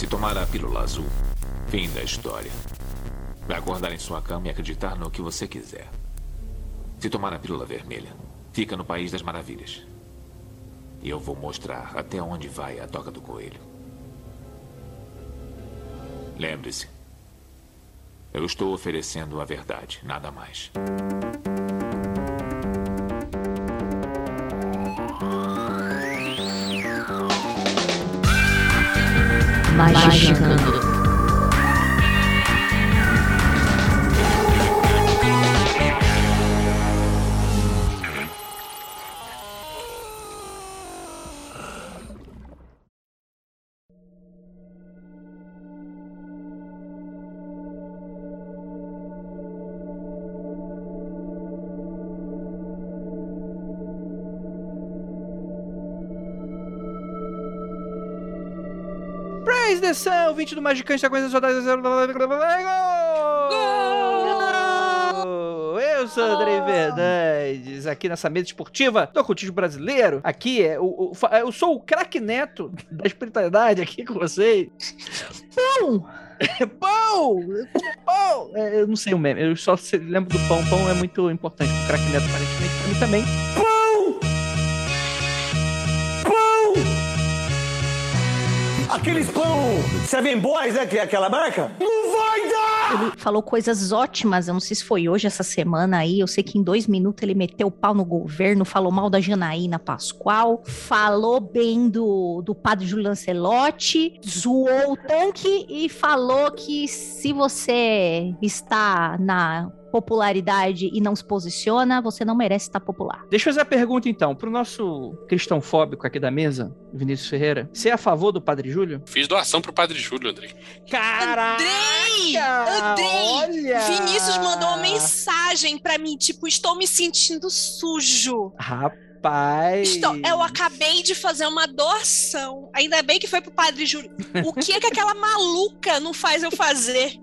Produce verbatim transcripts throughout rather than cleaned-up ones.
Se tomar a pílula azul, fim da história. Vai acordar em sua cama e acreditar no que você quiser. Se tomar a pílula vermelha, fica no País das Maravilhas. E eu vou mostrar até onde vai a toca do coelho. Lembre-se, eu estou oferecendo a verdade, nada mais. Magicando. Praise the Sun, vinte do Magicante, está começando a Gol! Eu sou o Andrei Fernandes, aqui nessa mesa esportiva do ocultismo brasileiro. Aqui é o, o, eu sou o craque neto da espiritualidade aqui com vocês. Pão! Pão! Pão! É, eu não sei o meme, eu só lembro do pão. Pão é muito importante pro craque neto, aparentemente, pra mim também. Pão! Pão! Aqueles pão Seven Boys, né? Que é aquela marca? Não vai dar! Ele falou coisas ótimas, eu não sei se foi hoje, essa semana aí, eu sei que em dois minutos ele meteu o pau no governo, falou mal da Janaína Pascoal, falou bem do, do padre Júlio Lancelotti, zoou o tanque e falou que se você está na popularidade e não se posiciona, você não merece estar popular. Deixa eu fazer a pergunta então, pro nosso cristãofóbico aqui da mesa, Vinícius Ferreira, você é a favor do Padre Júlio? Fiz doação pro Padre Júlio, Andrei. Caraca! Andrei! Andrei! Olha! Vinícius mandou uma mensagem pra mim, tipo, estou me sentindo sujo. Rapaz! Estou, eu acabei de fazer uma doação. Ainda bem que foi pro Padre Júlio. O que é que aquela maluca não faz eu fazer?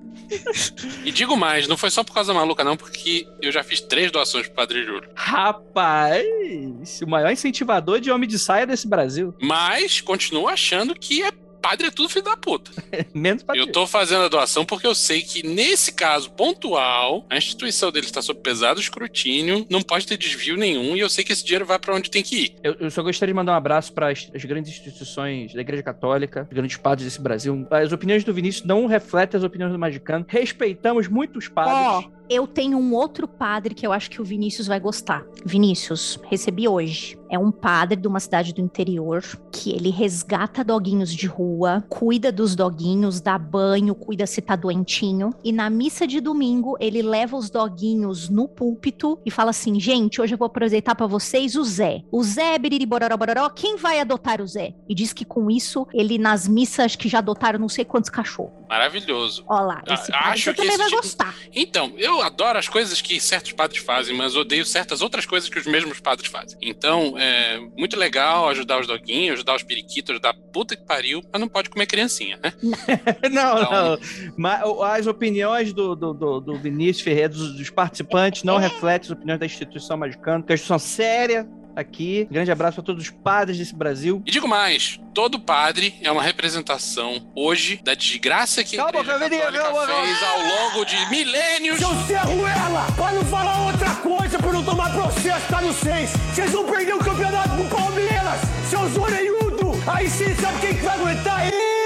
E digo mais, não foi só por causa da maluca, não, porque eu já fiz três doações pro Padre Júlio. Rapaz! O maior incentivador de homem de saia desse Brasil. Mas continuo achando que é padre é tudo filho da puta. Menos padre. Eu tô fazendo a doação porque eu sei que, nesse caso pontual, a instituição dele está sob pesado escrutínio, não pode ter desvio nenhum, e eu sei que esse dinheiro vai pra onde tem que ir. Eu, eu só gostaria de mandar um abraço para as, as grandes instituições da Igreja Católica, os grandes padres desse Brasil. As opiniões do Vinícius não refletem as opiniões do Magicano. Respeitamos muito os padres. Ó, eu tenho um outro padre que eu acho que o Vinícius vai gostar. Vinícius, recebi hoje. É um padre de uma cidade do interior que ele resgata doguinhos de rua, cuida dos doguinhos, dá banho, cuida se tá doentinho. E na missa de domingo, ele leva os doguinhos no púlpito e fala assim, gente, hoje eu vou apresentar pra vocês o Zé. O Zé, biriri, bororó, bororó, quem vai adotar o Zé? E diz que com isso, ele nas missas que já adotaram não sei quantos cachorros. Maravilhoso. Ó lá, esse padre Acho você que também esse vai tipo... gostar. Então, eu adoro as coisas que certos padres fazem, mas odeio certas outras coisas que os mesmos padres fazem. Então, é muito legal ajudar os doguinhos, ajudar os periquitos, ajudar a puta que pariu, mas não pode comer criancinha, né? não, então... não. Mas as opiniões do, do, do, do Vinícius Ferreira, dos, dos participantes, não refletem as opiniões da instituição Magicando, que é uma instituição séria aqui. Grande abraço para todos os padres desse Brasil. E digo mais, todo padre é uma representação hoje da desgraça que a calma, Igreja Católica calma, fez calma. ao longo de milênios. Seu Serruela, pra não falar outra coisa, pra não tomar processo, tá no seis. Vocês vão perder o campeonato do Palmeiras, seus orelhudos. Aí sim, sabe quem que vai aguentar?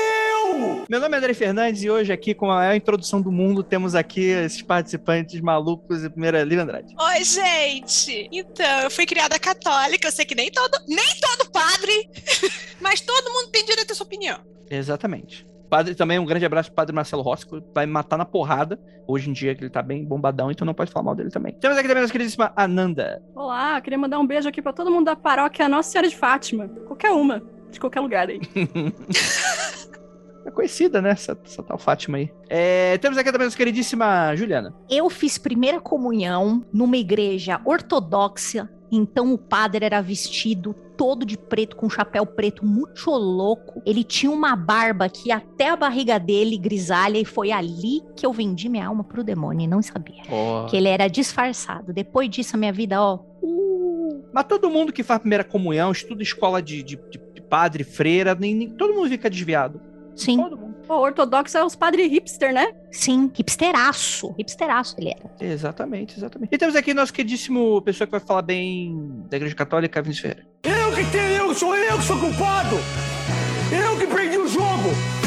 Eu! Meu nome é Andrei Fernandes e hoje aqui, com a maior introdução do mundo, temos aqui esses participantes malucos. E primeira, Lívia Andrade. Oi, gente! Então, eu fui criada católica, eu sei que nem todo, nem todo padre, mas todo mundo tem direito à sua opinião. Exatamente. Padre, também um grande abraço pro padre Marcelo Rossi, que vai me matar na porrada. Hoje em dia, que ele tá bem bombadão, então não pode falar mal dele também. Temos aqui também a nossa queridíssima Ananda. Olá, queria mandar um beijo aqui pra todo mundo da paróquia Nossa Senhora de Fátima. Qualquer uma, de qualquer lugar aí. É conhecida, né, essa, essa tal Fátima aí. É, temos aqui também a nossa queridíssima Juliana. Eu fiz primeira comunhão numa igreja ortodoxa, então o padre era vestido todo de preto, com um chapéu preto muito louco. Ele tinha uma barba que ia até a barriga dele, grisalha, e foi ali que eu vendi minha alma pro demônio, e não sabia. Oh. Que ele era disfarçado. Depois disso, a minha vida, ó... Uh, mas todo mundo que faz primeira comunhão, estuda escola de, de, de padre, freira, nem, nem, todo mundo fica desviado. Sim. Todo mundo. O ortodoxo é os padres hipster, né? Sim, hipsteraço. Hipsteraço ele era. Exatamente, exatamente. E temos aqui nosso queridíssimo pessoa que vai falar bem da Igreja Católica, Vinícius Ferreira. Eu que tenho, eu sou eu que sou culpado! Eu que perdi o jogo!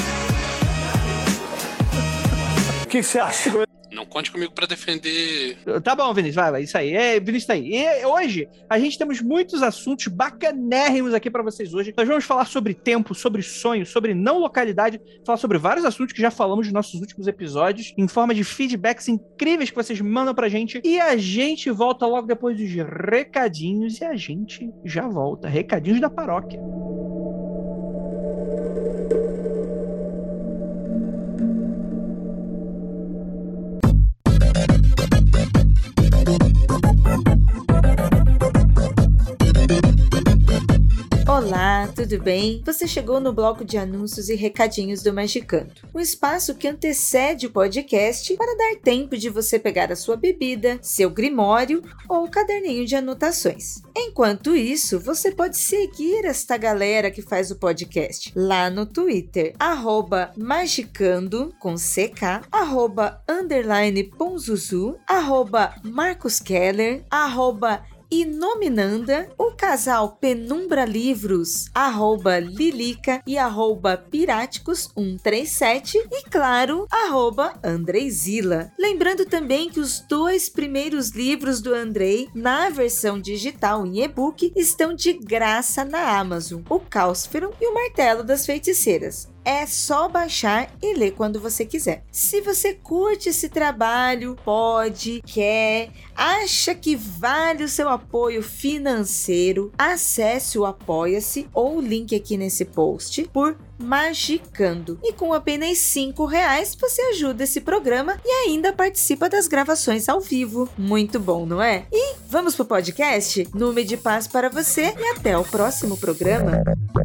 O que você acha? Não conte comigo pra defender. Tá bom, Vinícius, vai, vai, isso aí. É, Vinícius tá aí. E hoje, a gente temos muitos assuntos bacanérrimos aqui pra vocês hoje. Nós vamos falar sobre tempo, sobre sonho, sobre não localidade, falar sobre vários assuntos que já falamos nos nossos últimos episódios, em forma de feedbacks incríveis que vocês mandam pra gente. E a gente volta logo depois dos recadinhos e a gente já volta. Recadinhos da paróquia. Olá, tudo bem? Você chegou no bloco de anúncios e recadinhos do Magicanto, um espaço que antecede o podcast para dar tempo de você pegar a sua bebida, seu grimório ou caderninho de anotações. Enquanto isso, você pode seguir esta galera que faz o podcast lá no Twitter, arroba magicando, com C K, arroba underline ponzuzu, arroba Marcos Keller, arroba Inominanda, o casal Penumbra Livros, arroba Lilica e arroba Piráticos cento e trinta e sete e, claro, arroba Andreizila. Lembrando também que os dois primeiros livros do Andrei, na versão digital em e-book, estão de graça na Amazon, o Cáusfero e o Martelo das Feiticeiras. É só baixar e ler quando você quiser. Se você curte esse trabalho, pode, quer, acha que vale o seu apoio financeiro, acesse o Apoia-se ou o link aqui nesse post por Magicando. E com apenas cinco reais você ajuda esse programa e ainda participa das gravações ao vivo. Muito bom, não é? E vamos pro podcast? Nume de paz para você e até o próximo programa.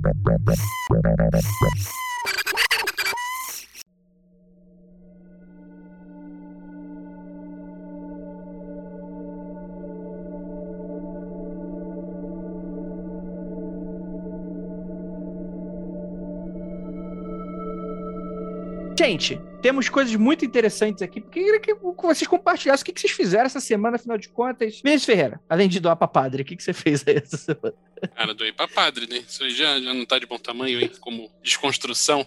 Gente, temos coisas muito interessantes aqui, porque eu queria que vocês compartilhassem o que vocês fizeram essa semana, afinal de contas. Vinícius Ferreira, além de doar pra padre, o que você fez aí essa semana? Cara, doei pra padre, né? Isso aí já, já não tá de bom tamanho, hein? Como desconstrução.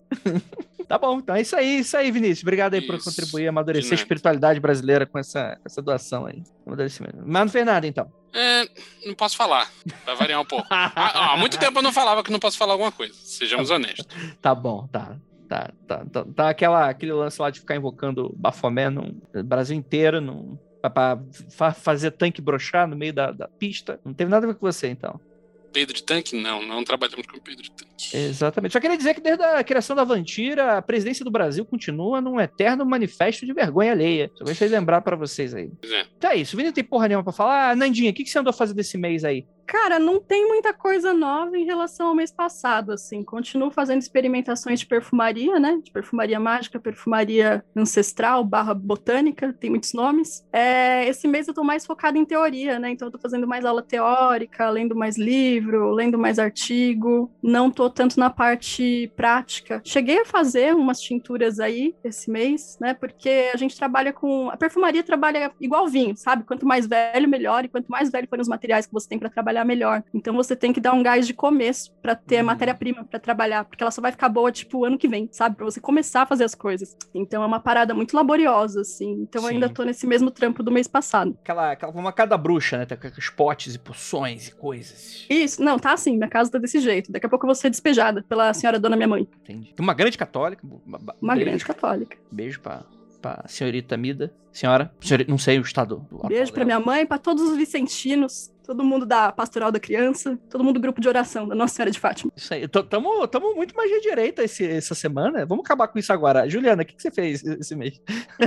Tá bom, então é isso aí, isso aí, Vinícius. Obrigado aí Isso, por contribuir, amadurecer a nada. espiritualidade brasileira com essa, com essa doação aí. Amadurecimento. Mas não fez nada, então. É, não posso falar. Vai variar um pouco. Há, há muito tempo eu não falava que não posso falar alguma coisa. Sejamos honestos. Tá bom, tá. Tá, tá, tá, tá aquela, aquele lance lá de ficar invocando Bafomé no Brasil inteiro, num, pra, pra fa- fazer tanque broxar no meio da, da pista. Não teve nada a ver com você, então. Peido de tanque? Não, não trabalhamos com peido de tanque. Exatamente. Só queria dizer que desde a criação da Vantira, a presidência do Brasil continua num eterno manifesto de vergonha alheia. Só gostaria de lembrar pra vocês aí. Pois é. Então é isso. O Vini não tem porra nenhuma pra falar. Ah, Nandinha, o que, que você andou fazendo esse mês aí? Cara, não tem muita coisa nova em relação ao mês passado, assim. Continuo fazendo experimentações de perfumaria, né? De perfumaria mágica, perfumaria ancestral, barra botânica, tem muitos nomes. É, esse mês eu tô mais focada em teoria, né? Então eu tô fazendo mais aula teórica, lendo mais livro, lendo mais artigo. Não tô tanto na parte prática. Cheguei a fazer umas tinturas aí esse mês, né? Porque a gente trabalha com... A perfumaria trabalha igual vinho, sabe? Quanto mais velho, melhor. E quanto mais velho forem os materiais que você tem para trabalhar, melhor. Então você tem que dar um gás de começo para ter Uhum. matéria-prima para trabalhar, porque ela só vai ficar boa, tipo, ano que vem, sabe? Pra você começar a fazer as coisas. Então é uma parada muito laboriosa, assim. Então eu Sim. ainda tô nesse mesmo trampo do mês passado. Aquela, aquela uma cada bruxa, né? Tá com os potes e poções e coisas. Isso, não, tá assim, minha casa tá desse jeito. Daqui a pouco eu vou ser despejada pela senhora dona minha mãe. Entendi. Uma grande católica. Uma, Uma beijo, grande católica. Beijo pra, pra senhorita Mida. Senhora, senhorita, não sei o estado. do Beijo pra minha mãe, pra todos os vicentinos, todo mundo da Pastoral da Criança, todo mundo do grupo de oração da Nossa Senhora de Fátima. Isso aí. T- Tamo, tamo muito mais de direita esse, essa semana. Vamos acabar com isso agora. Juliana, o que, que você fez esse mês?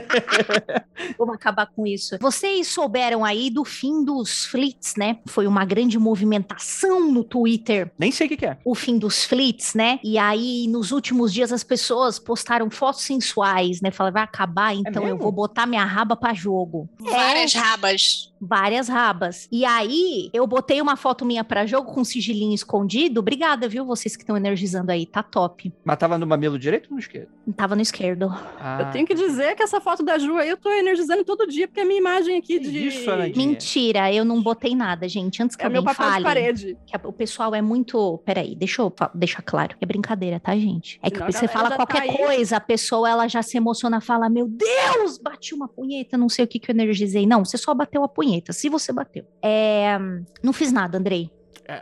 Vamos acabar com isso. Vocês souberam aí do fim dos flits, né? Foi uma grande movimentação no Twitter. Nem sei o que, que é. O fim dos flits, né? E aí, nos últimos dias, as pessoas postaram fotos sensuais, né? Falaram, vai acabar, então eu mesmo? vou botar minha raba pra jogo. Várias rabas. Várias rabas. E aí, Aí, eu botei uma foto minha pra jogo com um sigilinho escondido. Obrigada, viu? Vocês que estão energizando aí. Tá top. Mas tava no mamilo direito ou no esquerdo? Tava no esquerdo. Ah, Eu tenho que dizer que essa foto da Ju aí eu tô energizando todo dia, porque é a minha imagem aqui Que de... isso, Anandinha? Mentira, eu não botei nada, gente. Antes que É meu alguém papel fale... de parede. Que a- o pessoal é muito... Peraí, deixa eu fa- deixar claro. É brincadeira, tá, gente? É que Senão a você galera fala já qualquer tá aí. coisa, a pessoa, ela já se emociona, fala, meu Deus, bati uma punheta, não sei o que que eu energizei. Não, você só bateu a punheta, se você bateu. É... Não fiz nada, Andrei. É,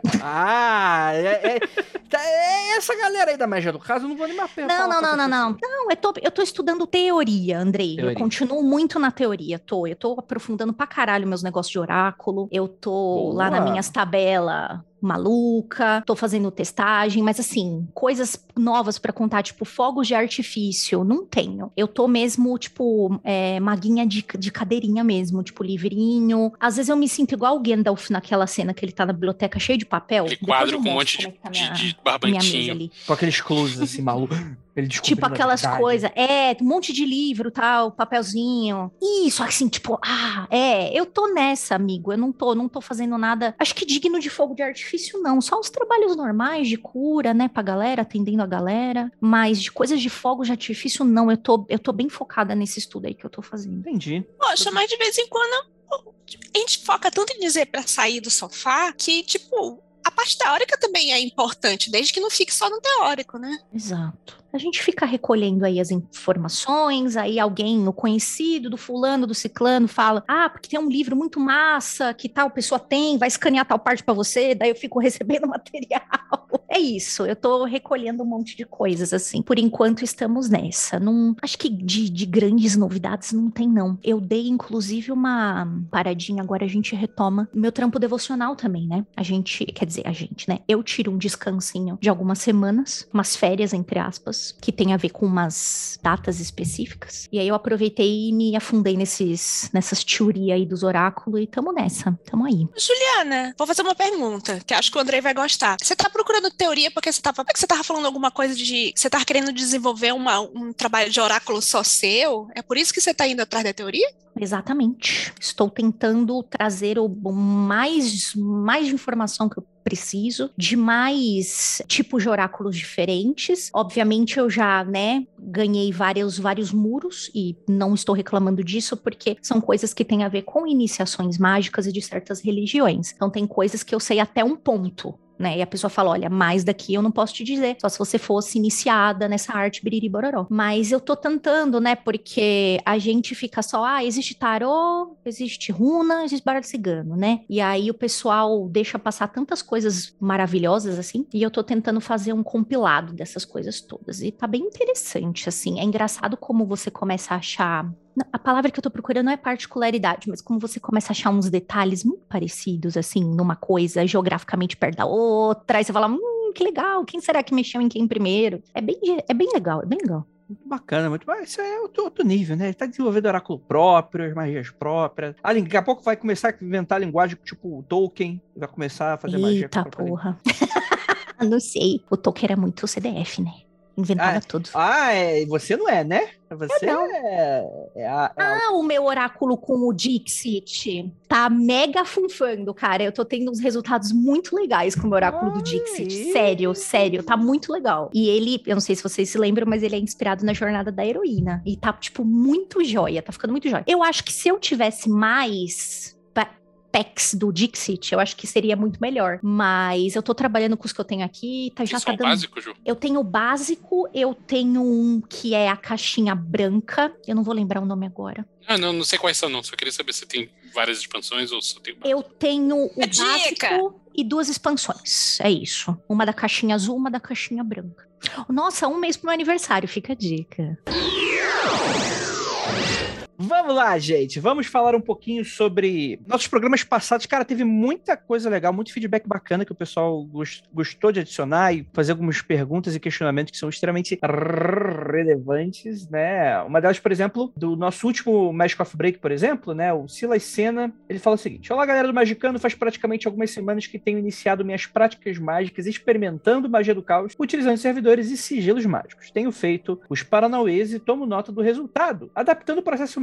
ah, é, é, tá, é essa galera aí da magia do caso, eu não vou nem mais Não, falar não, com não, não, essa não. pessoa. Não, eu tô, eu tô estudando teoria, Andrei. Teoria. Eu continuo muito na teoria, tô. Eu tô aprofundando pra caralho meus negócios de oráculo. Eu tô Boa. lá nas minhas tabelas maluca, tô fazendo testagem, mas assim, coisas novas pra contar, tipo, fogos de artifício, não tenho. Eu tô mesmo, tipo, é, maguinha de, de cadeirinha mesmo, tipo, livrinho. Às vezes eu me sinto igual o Gandalf naquela cena que ele tá na biblioteca cheio de papel. Aquele Depois quadro eu com um mostro monte de, como é que tá de, minha- de minha mesa barbantinho. ali. Com aqueles closes assim, maluco. Ele descobrindo Tipo a aquelas verdade. coisas, é, um monte de livro, tal, papelzinho. Isso, assim, tipo, ah, é, eu tô nessa, amigo. Eu não tô, não tô fazendo nada, acho que digno de fogo de artifício, não. Só os trabalhos normais de cura, né, pra galera, atendendo a galera. Mas de coisas de fogo de artifício, não. Eu tô, eu tô bem focada nesse estudo aí que eu tô fazendo. Entendi. Poxa, mas de vez em quando a gente foca tanto em dizer pra sair do sofá que, tipo, a parte teórica também é importante, desde que não fique só no teórico, né? Exato. A gente fica recolhendo aí as informações, aí alguém, o conhecido do fulano, do ciclano, fala, ah, porque tem um livro muito massa, que tal pessoa tem, vai escanear tal parte pra você, daí eu fico recebendo material. É isso, eu tô recolhendo um monte de coisas, assim. Por enquanto, estamos nessa. Não, acho que de, de grandes novidades não tem, não. Eu dei, inclusive, uma paradinha, agora a gente retoma meu trampo devocional também, né? A gente, quer dizer, a gente, né? Eu tiro um descansinho de algumas semanas, umas férias, entre aspas, que tem a ver com umas datas específicas. E aí eu aproveitei e me afundei nesses, nessas teorias aí dos oráculos e tamo nessa, tamo aí. Juliana, vou fazer uma pergunta, que acho que o Andrei vai gostar. Você tá procurando teoria porque você tava, porque você tava falando alguma coisa de... Você tava querendo desenvolver uma, um trabalho de oráculo só seu? É por isso que você tá indo atrás da teoria? Exatamente. Estou tentando trazer o o mais, mais de informação que eu preciso, de mais tipos de oráculos diferentes. Obviamente, eu já, né, ganhei vários, vários muros e não estou reclamando disso porque são coisas que têm a ver com iniciações mágicas e de certas religiões. Então, tem coisas que eu sei até um ponto. Né? E a pessoa fala, olha, mais daqui eu não posso te dizer, só se você fosse iniciada nessa arte biriri bororó. Mas eu tô tentando, né, porque a gente fica só, ah, existe tarô, existe runa, existe baralho cigano, né? E aí o pessoal deixa passar tantas coisas maravilhosas, assim, e eu tô tentando fazer um compilado dessas coisas todas. E tá bem interessante, assim, é engraçado como você começa a achar... A palavra que eu tô procurando não é particularidade, mas como você começa a achar uns detalhes muito parecidos, assim, numa coisa geograficamente perto da outra, aí você fala, hum, que legal, quem será que mexeu em quem primeiro? É bem, é bem legal, é bem legal. Muito bacana, muito bacana. Isso é outro, outro nível, né? Ele tá desenvolvendo oráculo próprio, as magias próprias. Ah, daqui a pouco vai começar a inventar linguagem tipo Tolkien, vai começar a fazer magia. Eita porra. Não sei, o Tolkien era muito C D F, né? Inventava ah, tudo. Ah, é, você não é, né? Você não. é, é, a, é a... Ah, o meu oráculo com o Dixit tá mega funfando, cara. Eu tô tendo uns resultados muito legais com o meu oráculo do Dixit. Sério, sério, tá muito legal. E ele, eu não sei se vocês se lembram, mas ele é inspirado na jornada da heroína. E tá, tipo, muito joia. Tá ficando muito joia. Eu acho que se eu tivesse mais... packs do Dixit, eu acho que seria muito melhor. Mas eu tô trabalhando com os que eu tenho aqui, tá, já Isso tá é um dando... básico, Ju? Eu tenho o básico, eu tenho um que é a caixinha branca, eu não vou lembrar o nome agora. Ah, não, não sei quais são, não. Só queria saber se tem várias expansões ou só tem... Eu tenho o A básico dica. e duas expansões, é isso. Uma da caixinha azul, uma da caixinha branca. Nossa, um mês pro meu aniversário, fica a dica. Vamos lá, gente. Vamos falar um pouquinho sobre nossos programas passados. Cara, teve muita coisa legal, muito feedback bacana que o pessoal gost- gostou de adicionar e fazer algumas perguntas e questionamentos que são extremamente relevantes, né? Uma delas, por exemplo, do nosso último Magic of Break, por exemplo, né? O Silas Senna, ele fala o seguinte: olá, galera do Magicando, faz praticamente algumas semanas que tenho iniciado minhas práticas mágicas experimentando magia do caos, utilizando servidores e sigilos mágicos. Tenho feito os paranauês e tomo nota do resultado, adaptando o processo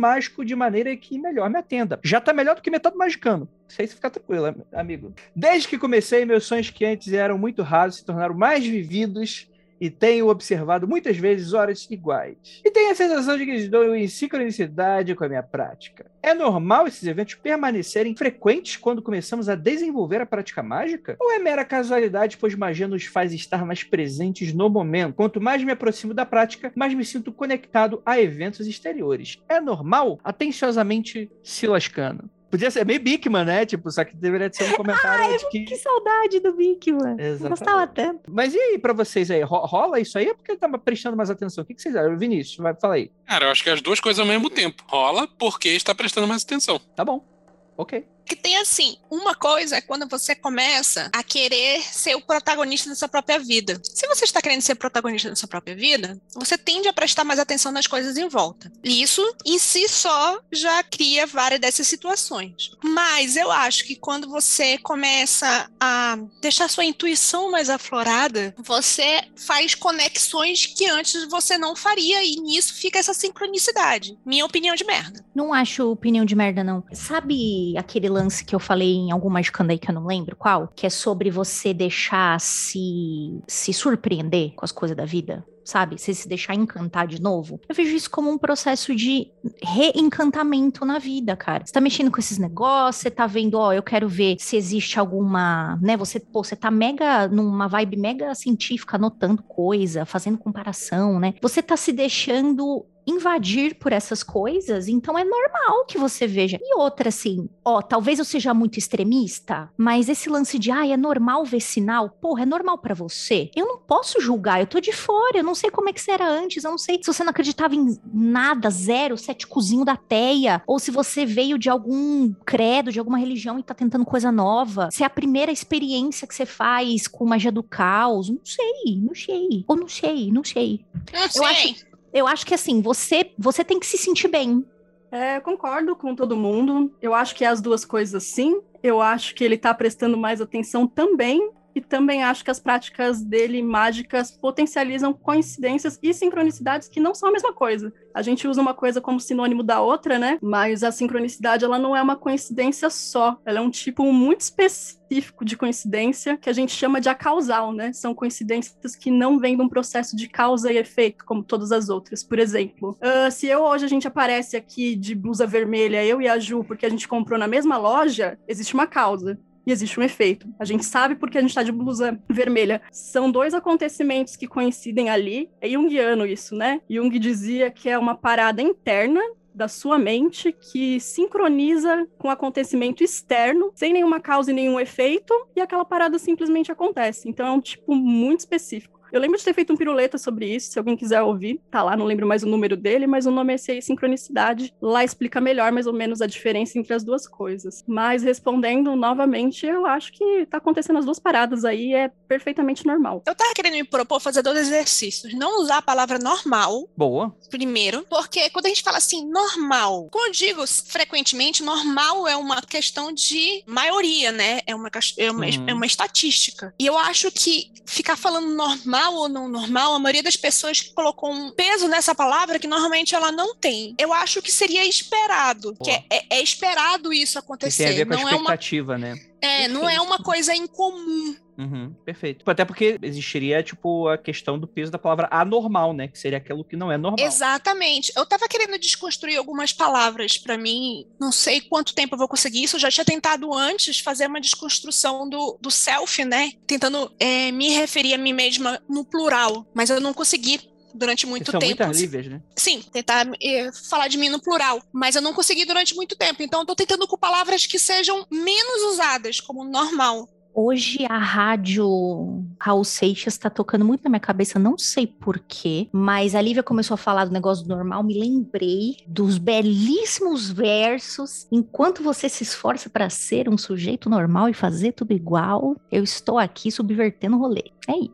mágico de maneira que melhor me atenda. Já tá melhor do que Método Magicano. Isso aí você fica tranquilo, amigo. Desde que comecei, meus sonhos que antes eram muito rasos se tornaram mais vividos e tenho observado muitas vezes horas iguais. E tenho a sensação de que estou em sincronicidade com a minha prática. É normal esses eventos permanecerem frequentes quando começamos a desenvolver a prática mágica? Ou é mera casualidade, pois magia nos faz estar mais presentes no momento? Quanto mais me aproximo da prática, mais me sinto conectado a eventos exteriores. É normal? Atenciosamente, Silas Cano. Podia ser meio Bigman, né? Tipo, só que deveria ser um comentário Ai, de que... que saudade do Bigman. Exatamente. Gostava tanto. Mas e aí, pra vocês aí? Ro- rola isso aí? Ou porque tava prestando mais atenção? O que, que vocês acham? Vinícius, vai, fala aí. Cara, eu acho que as duas coisas ao mesmo tempo. Rola porque está prestando mais atenção. Tá bom. Ok. Que tem assim, uma coisa é quando você começa a querer ser o protagonista da sua própria vida. Se você está querendo ser protagonista da sua própria vida, você tende a prestar mais atenção nas coisas em volta. E isso, em si só, já cria várias dessas situações. Mas eu acho que quando você começa a deixar sua intuição mais aflorada, você faz conexões que antes você não faria, e nisso fica essa sincronicidade. Minha opinião de merda. Não acho opinião de merda, não. Sabe aquele lance que eu falei em algum Magicando aí que eu não lembro qual? Que é sobre você deixar se, se surpreender com as coisas da vida, sabe? Você se deixar encantar de novo. Eu vejo isso como um processo de reencantamento na vida, cara. Você tá mexendo com esses negócios, você tá vendo, ó, eu quero ver se existe alguma, né? Você, pô, você tá mega, numa vibe mega científica, anotando coisa, fazendo comparação, né? Você tá se deixando invadir por essas coisas, então é normal que você veja. E outra, assim, ó, talvez eu seja muito extremista, mas esse lance de, ah, é normal ver sinal, porra, é normal pra você? Eu não posso julgar, eu tô de fora, eu não sei como é que você era antes, eu não sei se você não acreditava em nada, zero, céticozinho da teia, ou se você veio de algum credo, de alguma religião e tá tentando coisa nova, se é a primeira experiência que você faz com magia do caos, não sei, não sei, ou não sei, não sei. Não sei. Eu acho... Eu acho que, assim, você, você tem que se sentir bem. É, eu concordo com todo mundo. Eu acho que é as duas coisas sim. Eu acho que ele tá prestando mais atenção também. E também acho que as práticas dele mágicas potencializam coincidências e sincronicidades que não são a mesma coisa. A gente usa uma coisa como sinônimo da outra, né? Mas a sincronicidade, ela não é uma coincidência só. Ela é um tipo muito específico de coincidência que a gente chama de acausal, né? São coincidências que não vêm de um processo de causa e efeito, como todas as outras. Por exemplo, uh, se eu hoje a gente aparece aqui de blusa vermelha, eu e a Ju, porque a gente comprou na mesma loja, existe uma causa. E existe um efeito. A gente sabe porque a gente tá de blusa vermelha. São dois acontecimentos que coincidem ali. É junguiano isso, né? Jung dizia que é uma parada interna da sua mente que sincroniza com o acontecimento externo, sem nenhuma causa e nenhum efeito, e aquela parada simplesmente acontece. Então é um tipo muito específico. Eu lembro de ter feito um piruleta sobre isso, se alguém quiser ouvir, tá lá, não lembro mais o número dele, mas o nome é esse aí, Sincronicidade. Lá explica melhor, mais ou menos, a diferença entre as duas coisas. Mas, respondendo novamente, eu acho que tá acontecendo as duas paradas aí, é perfeitamente normal. Eu tava querendo me propor fazer dois exercícios. Não usar a palavra normal, Boa. primeiro, porque quando a gente fala assim, normal, como eu digo frequentemente, normal é uma questão de maioria, né? É uma, é uma, Uhum. é uma estatística. E eu acho que ficar falando normal ou não normal, a maioria das pessoas colocou um peso nessa palavra que normalmente ela não tem. Eu acho que seria esperado, que é, é, é esperado isso Que acontecer. tem a ver com a não é uma, expectativa, né? é, não é uma coisa incomum. Uhum, perfeito. Até porque existiria, tipo, a questão do peso da palavra anormal, né? Que seria aquilo que não é normal. Exatamente. Eu tava querendo desconstruir algumas palavras pra mim, não sei quanto tempo eu vou conseguir isso, eu já tinha tentado antes fazer uma desconstrução do, do self, né? Tentando é, me referir a mim mesma no plural, mas eu não consegui durante muito São tempo. muitas lívias, né? Sim, tentar é, falar de mim no plural, mas eu não consegui durante muito tempo, então eu tô tentando com palavras que sejam menos usadas, como normal. Hoje a rádio Raul Seixas tá tocando muito na minha cabeça, não sei porquê, mas a Lívia começou a falar do negócio do normal, me lembrei dos belíssimos versos. Enquanto você se esforça para ser um sujeito normal e fazer tudo igual, eu estou aqui subvertendo o rolê. É isso.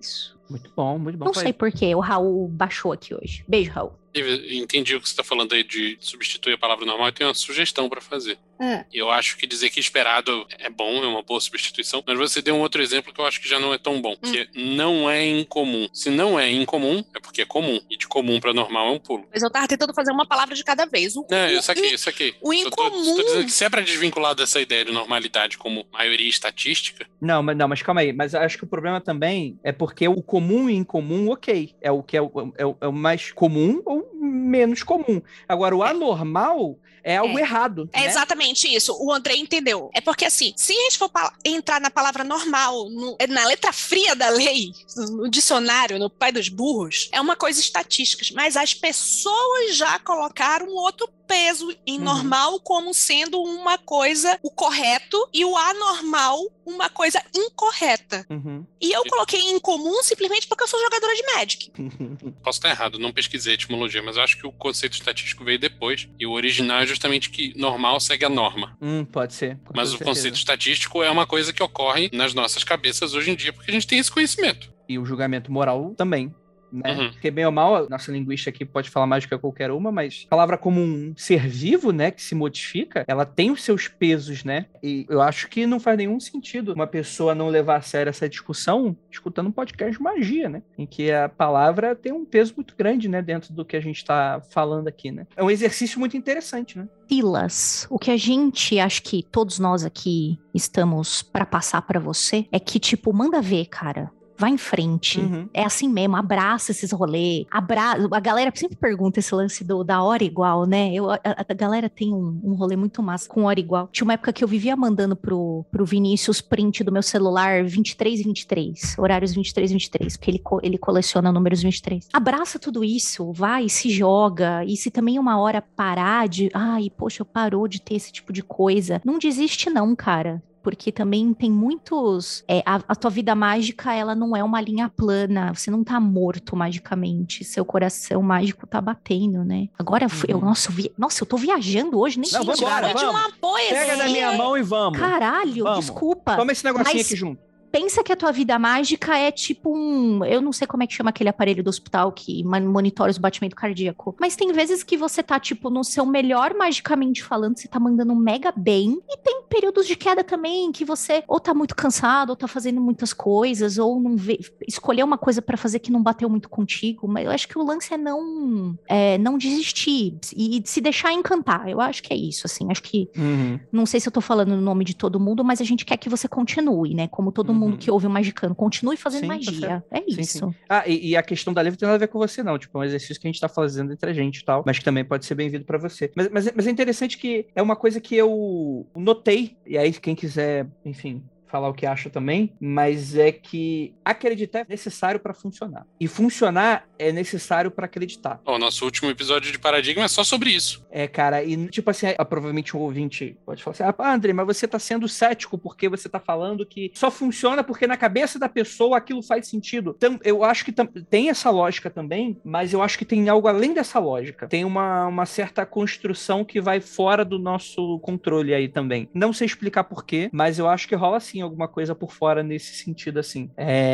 Muito bom, muito bom. Não sei por que o Raul baixou aqui hoje. Beijo, Raul. Entendi o que você está falando aí de substituir a palavra normal. Eu tenho uma sugestão para fazer. É. Eu acho que dizer que esperado é bom, é uma boa substituição. Mas você deu um outro exemplo que eu acho que já não é tão bom. Hum. Que é, não é incomum. Se não é incomum, é porque é comum. E de comum para normal é um pulo. Mas eu tava tentando fazer uma palavra de cada vez. O, Não, eu o- saquei, eu saquei. o Só tô- incomum- Tô dizendo que se é para desvincular dessa ideia de normalidade como maioria estatística, Não, mas, não, mas calma aí. Mas eu acho que o problema também é porque o comum e incomum, ok. É o que é o, é o, é o mais comum ou menos comum. Agora, o anormal é algo É. errado. É né? exatamente isso. O André entendeu. É porque, assim, se a gente for pa- entrar na palavra normal, no- na letra fria da lei, no dicionário, no pai dos burros, é uma coisa estatística. Mas as pessoas já colocaram outro peso em Uhum. normal como sendo uma coisa, o correto, e o anormal, uma coisa incorreta. Uhum. E eu coloquei em comum simplesmente porque eu sou jogadora de Magic. posso estar errado, não pesquisei a etimologia, mas eu acho que o conceito estatístico veio depois. E o original é justamente que normal segue a norma. Hum, pode ser. com Mas toda o certeza. conceito estatístico é uma coisa que ocorre nas nossas cabeças hoje em dia, porque a gente tem esse conhecimento. E o julgamento moral também. Né? Uhum. Porque bem ou mal, a nossa linguista aqui pode falar mais do que qualquer uma, mas a palavra como um ser vivo, né, que se modifica, ela tem os seus pesos, né? E eu acho que não faz nenhum sentido uma pessoa não levar a sério essa discussão escutando um podcast de magia, né? Em que a palavra tem um peso muito grande, né, dentro do que a gente tá falando aqui, né? É um exercício muito interessante, né? Silas, o que a gente, acho que todos nós aqui estamos pra passar pra você, é que, tipo, manda ver, cara. Vai em frente. Uhum. É assim mesmo, abraça esses rolês. Abra... A galera sempre pergunta esse lance do, da hora igual, né? Eu, a, a galera tem um, um rolê muito massa com hora igual. Tinha uma época que eu vivia mandando pro, pro Vinícius print do meu celular vinte e três e vinte e três. Horários vinte e três e vinte e três, porque ele, co- ele coleciona números vinte e três. Abraça tudo isso, vai, se joga. E se também uma hora parar de... Ai, poxa, parou de ter esse tipo de coisa. Não desiste não, cara. Porque também tem muitos... é, a, a tua vida mágica, ela não é uma linha plana. Você não tá morto magicamente. Seu coração mágico tá batendo, né? Agora, eu fui- eu, Uhum. nossa, eu vi, nossa, eu tô viajando hoje, nem Não, sei. vambora, Gente, de vamos. uma poesia. Pega na minha mão e vamos. Caralho, Vamos. desculpa. Toma esse negocinho Mas- aqui junto. Pensa que a tua vida mágica é tipo um... Eu não sei como é que chama aquele aparelho do hospital que man- monitora os batimentos cardíacos. Mas tem vezes que você tá, tipo, no seu melhor magicamente falando, você tá mandando mega bem. E tem períodos de queda também que você ou tá muito cansado, ou tá fazendo muitas coisas, ou não vê... escolher uma coisa pra fazer que não bateu muito contigo. Mas eu acho que o lance é não, é, não desistir e se deixar encantar. Eu acho que é isso, assim. Acho que... Uhum. Não sei se eu tô falando no nome de todo mundo, mas a gente quer que você continue, né? Como todo Uhum. mundo que ouve o Magicano, continue fazendo Sim, tá magia. É Sim, isso. sim. Ah, e, e a questão da livre tem nada a ver com você, não. Tipo, é um exercício que a gente tá fazendo entre a gente e tal, mas que também pode ser bem-vindo pra você. Mas, mas, mas é interessante que é uma coisa que eu notei, e aí quem quiser, enfim, falar o que acha também, mas é que acreditar é necessário pra funcionar. E funcionar é necessário pra acreditar. Ó, o nosso último episódio de Paradigma é só sobre isso. É, cara, e tipo assim, ah, provavelmente um ouvinte pode falar assim, ah, André, mas você tá sendo cético porque você tá falando que só funciona porque na cabeça da pessoa aquilo faz sentido. Então, eu acho que tam- tem essa lógica também, mas eu acho que tem algo além dessa lógica. Tem uma, uma certa construção que vai fora do nosso controle aí também. Não sei explicar porquê, mas eu acho que rola sim alguma coisa por fora nesse sentido assim.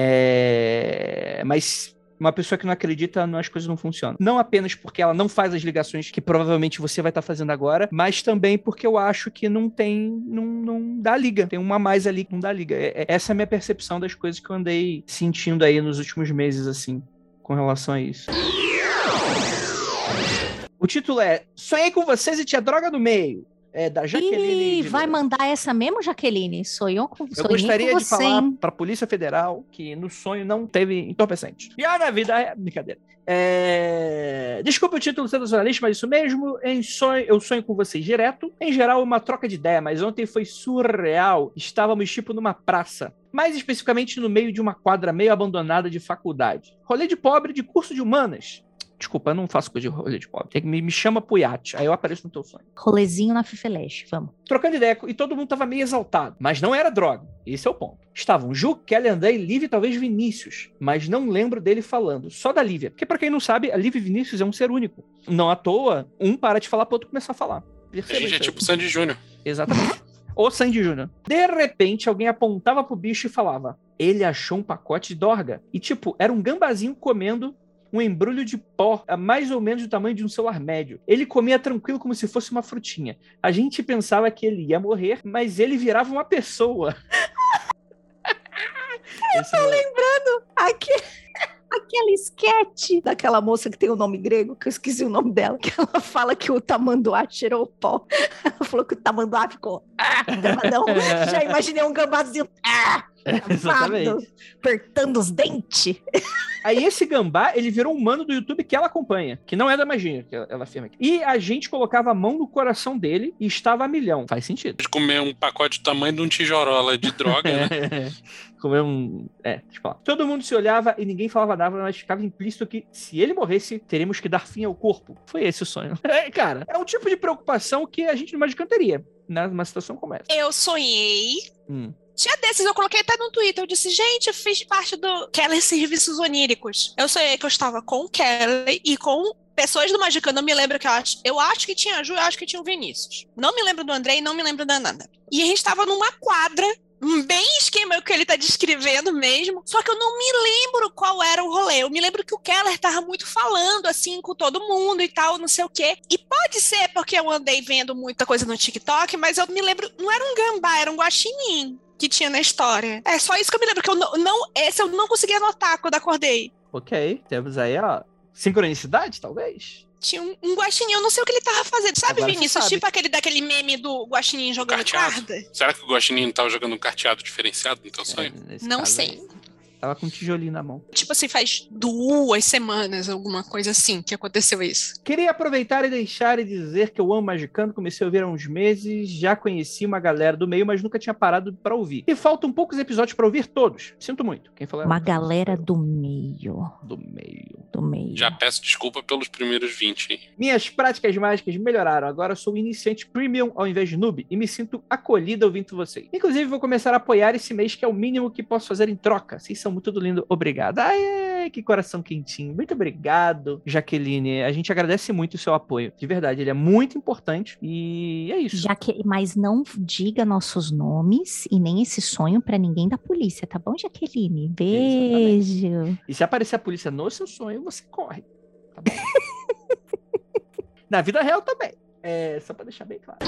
É... Mas... Uma pessoa que não acredita, não, as coisas não funcionam. Não apenas porque ela não faz as ligações que provavelmente você vai estar fazendo agora, mas também porque eu acho que não tem, não, não dá liga. Tem uma a mais ali que não dá liga. É, é, essa é a minha percepção das coisas que eu andei sentindo aí nos últimos meses, assim, com relação a isso. O título é Sonhei com vocês e tinha droga no meio. É da Jaqueline. E vai mandar essa mesmo, Jaqueline? Sonhou com, Eu sonhei gostaria com de você, falar hein? pra Polícia Federal que no sonho não teve entorpecente. E ah, na vida é brincadeira. É... Desculpa o título sensacionalista, mas isso mesmo. Em sonho, eu sonho com vocês direto. Em geral, uma troca de ideia, mas ontem foi surreal. Estávamos tipo numa praça. Mais especificamente no meio de uma quadra meio abandonada de faculdade. Rolê de pobre de curso de humanas. Desculpa, eu não faço coisa de rolê de pobre. Tem que me, me chama pro iate, aí eu apareço no teu sonho. Rolezinho na Fifeleche, vamos. Trocando ideia, e todo mundo tava meio exaltado. Mas não era droga. Esse é o ponto. Estavam Ju, Kelly, André, Liv e talvez Vinícius. Mas não lembro dele falando. Só da Lívia. Porque pra quem não sabe, a Liv e Vinícius é um ser único. Não à toa, um para de falar pro outro começar a falar. A Perceba gente é isso aí. tipo Sandy Júnior. Exatamente. Ou Sandy Júnior. De repente, alguém apontava pro bicho e falava: ele achou um pacote de dorga. E, tipo, era um gambazinho comendo um embrulho de pó, mais ou menos do tamanho de um celular médio. Ele comia tranquilo como se fosse uma frutinha. A gente pensava que ele ia morrer, mas ele virava uma pessoa. Eu tô é... lembrando aqui... Aquela esquete daquela moça que tem o nome grego, que eu esqueci o nome dela, que ela fala que o tamanduá cheirou o pó. Ela falou que o tamanduá ficou... Ah, gambadão. Já imaginei um gambazinho... Ah, exatamente. Apertando os dentes. Aí esse gambá, ele virou um mano do YouTube que ela acompanha, que não é da magia, que ela afirma aqui. E a gente colocava a mão no coração dele e estava a milhão. Faz sentido. De comer um pacote do tamanho de um tijorola de droga, né? Comer um... É, deixa eu falar. Todo mundo se olhava e ninguém falava nada, mas ficava implícito que se ele morresse, teríamos que dar fim ao corpo. Foi esse o sonho. É, cara, é um tipo de preocupação que a gente no Magicando teria, né, numa situação como essa. Eu sonhei... Hum. Dia desses, eu coloquei até no Twitter, eu disse, gente, eu fiz parte do Keller Serviços Oníricos. Eu sonhei que eu estava com o Keller e com pessoas do Magicando, não me lembro que eu acho, eu acho que tinha a Ju, eu acho que tinha o Vinícius. Não me lembro do Andrei, não me lembro da Nanda. E a gente estava numa quadra, bem esquema que ele tá descrevendo mesmo, só que eu não me lembro qual era o rolê. Eu me lembro que o Keller tava muito falando, assim, com todo mundo e tal, não sei o quê. E pode ser porque eu andei vendo muita coisa no TikTok, mas eu me lembro, não era um gambá, era um guaxinim que tinha na história. É só isso que eu me lembro, que eu não, não esse eu não consegui anotar quando acordei. Ok, temos aí a sincronicidade, talvez? Tinha um, um guaxinim, eu não sei o que ele tava fazendo. Sabe, Agora Vinícius? Tipo aquele daquele meme do guaxinim jogando carteado. carta? Será que o guaxinim tava jogando um carteado diferenciado no teu sonho? É, não sei. Aí, tava com um tijolinho na mão. Tipo assim, faz duas semanas, alguma coisa assim, que aconteceu isso. Queria aproveitar e deixar e dizer que eu amo Magicando, comecei a ouvir há uns meses, já conheci uma galera do meio, mas nunca tinha parado pra ouvir. E faltam poucos episódios pra ouvir todos. Sinto muito. Quem falou? Uma galera do meio. Do meio. Do meio. Já peço desculpa pelos primeiros vinte, hein? Minhas práticas mágicas melhoraram. Agora eu sou iniciante premium ao invés de noob e me sinto acolhida ouvindo vocês. Inclusive, vou começar a apoiar esse mês, que é o mínimo que posso fazer em troca. Vocês são muito lindo. Obrigado. Ai, que coração quentinho. Muito obrigado, Jaqueline. A gente agradece muito o seu apoio. De verdade, ele é muito importante e é isso. Jaque... Mas não diga nossos nomes e nem esse sonho pra ninguém da polícia, tá bom, Jaqueline? Beijo. Exatamente. E se aparecer a polícia no seu sonho, você corre. Tá bom? Na vida real também. É, só pra deixar bem claro.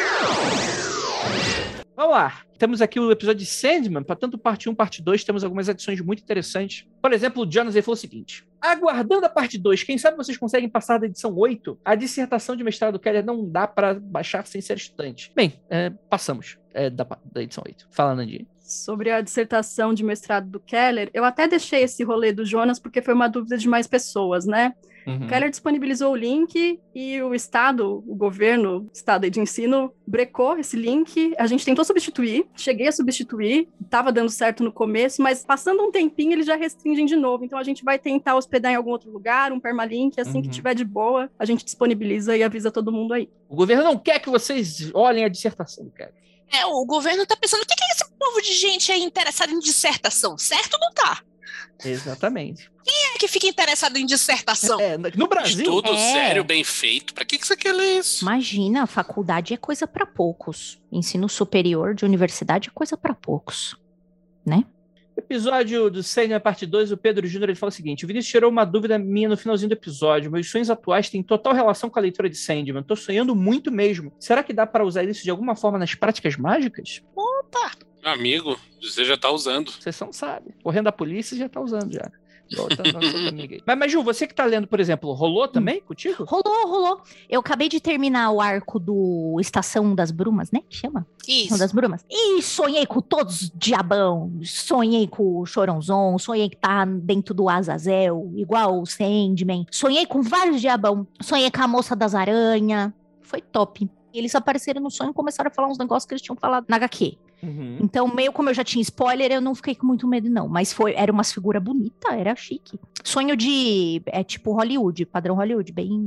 Vamos lá. Temos aqui o episódio de Sandman. Para tanto parte um, parte dois, temos algumas adições muito interessantes. Por exemplo, o Jonas falou o seguinte: aguardando a parte dois, quem sabe vocês conseguem passar da edição oito? A dissertação de mestrado do Keller não dá para baixar sem ser estudante. Bem, é, passamos é, da, da edição oito. Fala, Nandinha. Sobre a dissertação de mestrado do Keller, eu até deixei esse rolê do Jonas porque foi uma dúvida de mais pessoas, né? Uhum. O Keller disponibilizou o link e o Estado, o governo, o Estado de ensino, brecou esse link. A gente tentou substituir, cheguei a substituir, estava dando certo no começo, mas passando um tempinho eles já restringem de novo. Então a gente vai tentar hospedar em algum outro lugar, um permalink, assim uhum. que tiver de boa, a gente disponibiliza e avisa todo mundo aí. O governo não quer que vocês olhem a dissertação do Keller. É, o governo tá pensando, o que é esse povo de gente aí interessado em dissertação? Certo ou não tá? Exatamente. Quem é que fica interessado em dissertação? É, no Brasil. Estudo é. sério, bem feito. Pra que, que você quer ler isso? Imagina, a faculdade é coisa pra poucos. Ensino superior de universidade é coisa pra poucos, né? Episódio do Sandman, parte dois, o Pedro Júnior ele fala o seguinte: o Vinícius tirou uma dúvida minha no finalzinho do episódio. Meus sonhos atuais têm total relação com a leitura de Sandman. Tô sonhando muito mesmo. Será que dá para usar isso de alguma forma nas práticas mágicas? Opa! Meu amigo, você já tá usando. Você não sabe. Correndo da polícia, já tá usando já. Mas, mas, Ju, você que tá lendo, por exemplo, rolou também contigo? Rolou, rolou. Eu acabei de terminar o arco do Estação das Brumas, né? Que chama? Isso. Estação das Brumas. E sonhei com todos os diabão. Sonhei com o Choronzon. Sonhei que tá dentro do Azazel, igual o Sandman. Sonhei com vários diabão. Sonhei com a moça das aranhas. Foi top. Eles apareceram no sonho e começaram a falar uns negócios que eles tinham falado na agá quê. Uhum. Então, meio como eu já tinha spoiler, eu não fiquei com muito medo, não. Mas foi, era umas figuras bonitas, era chique. Sonho de... É tipo Hollywood, padrão Hollywood, bem,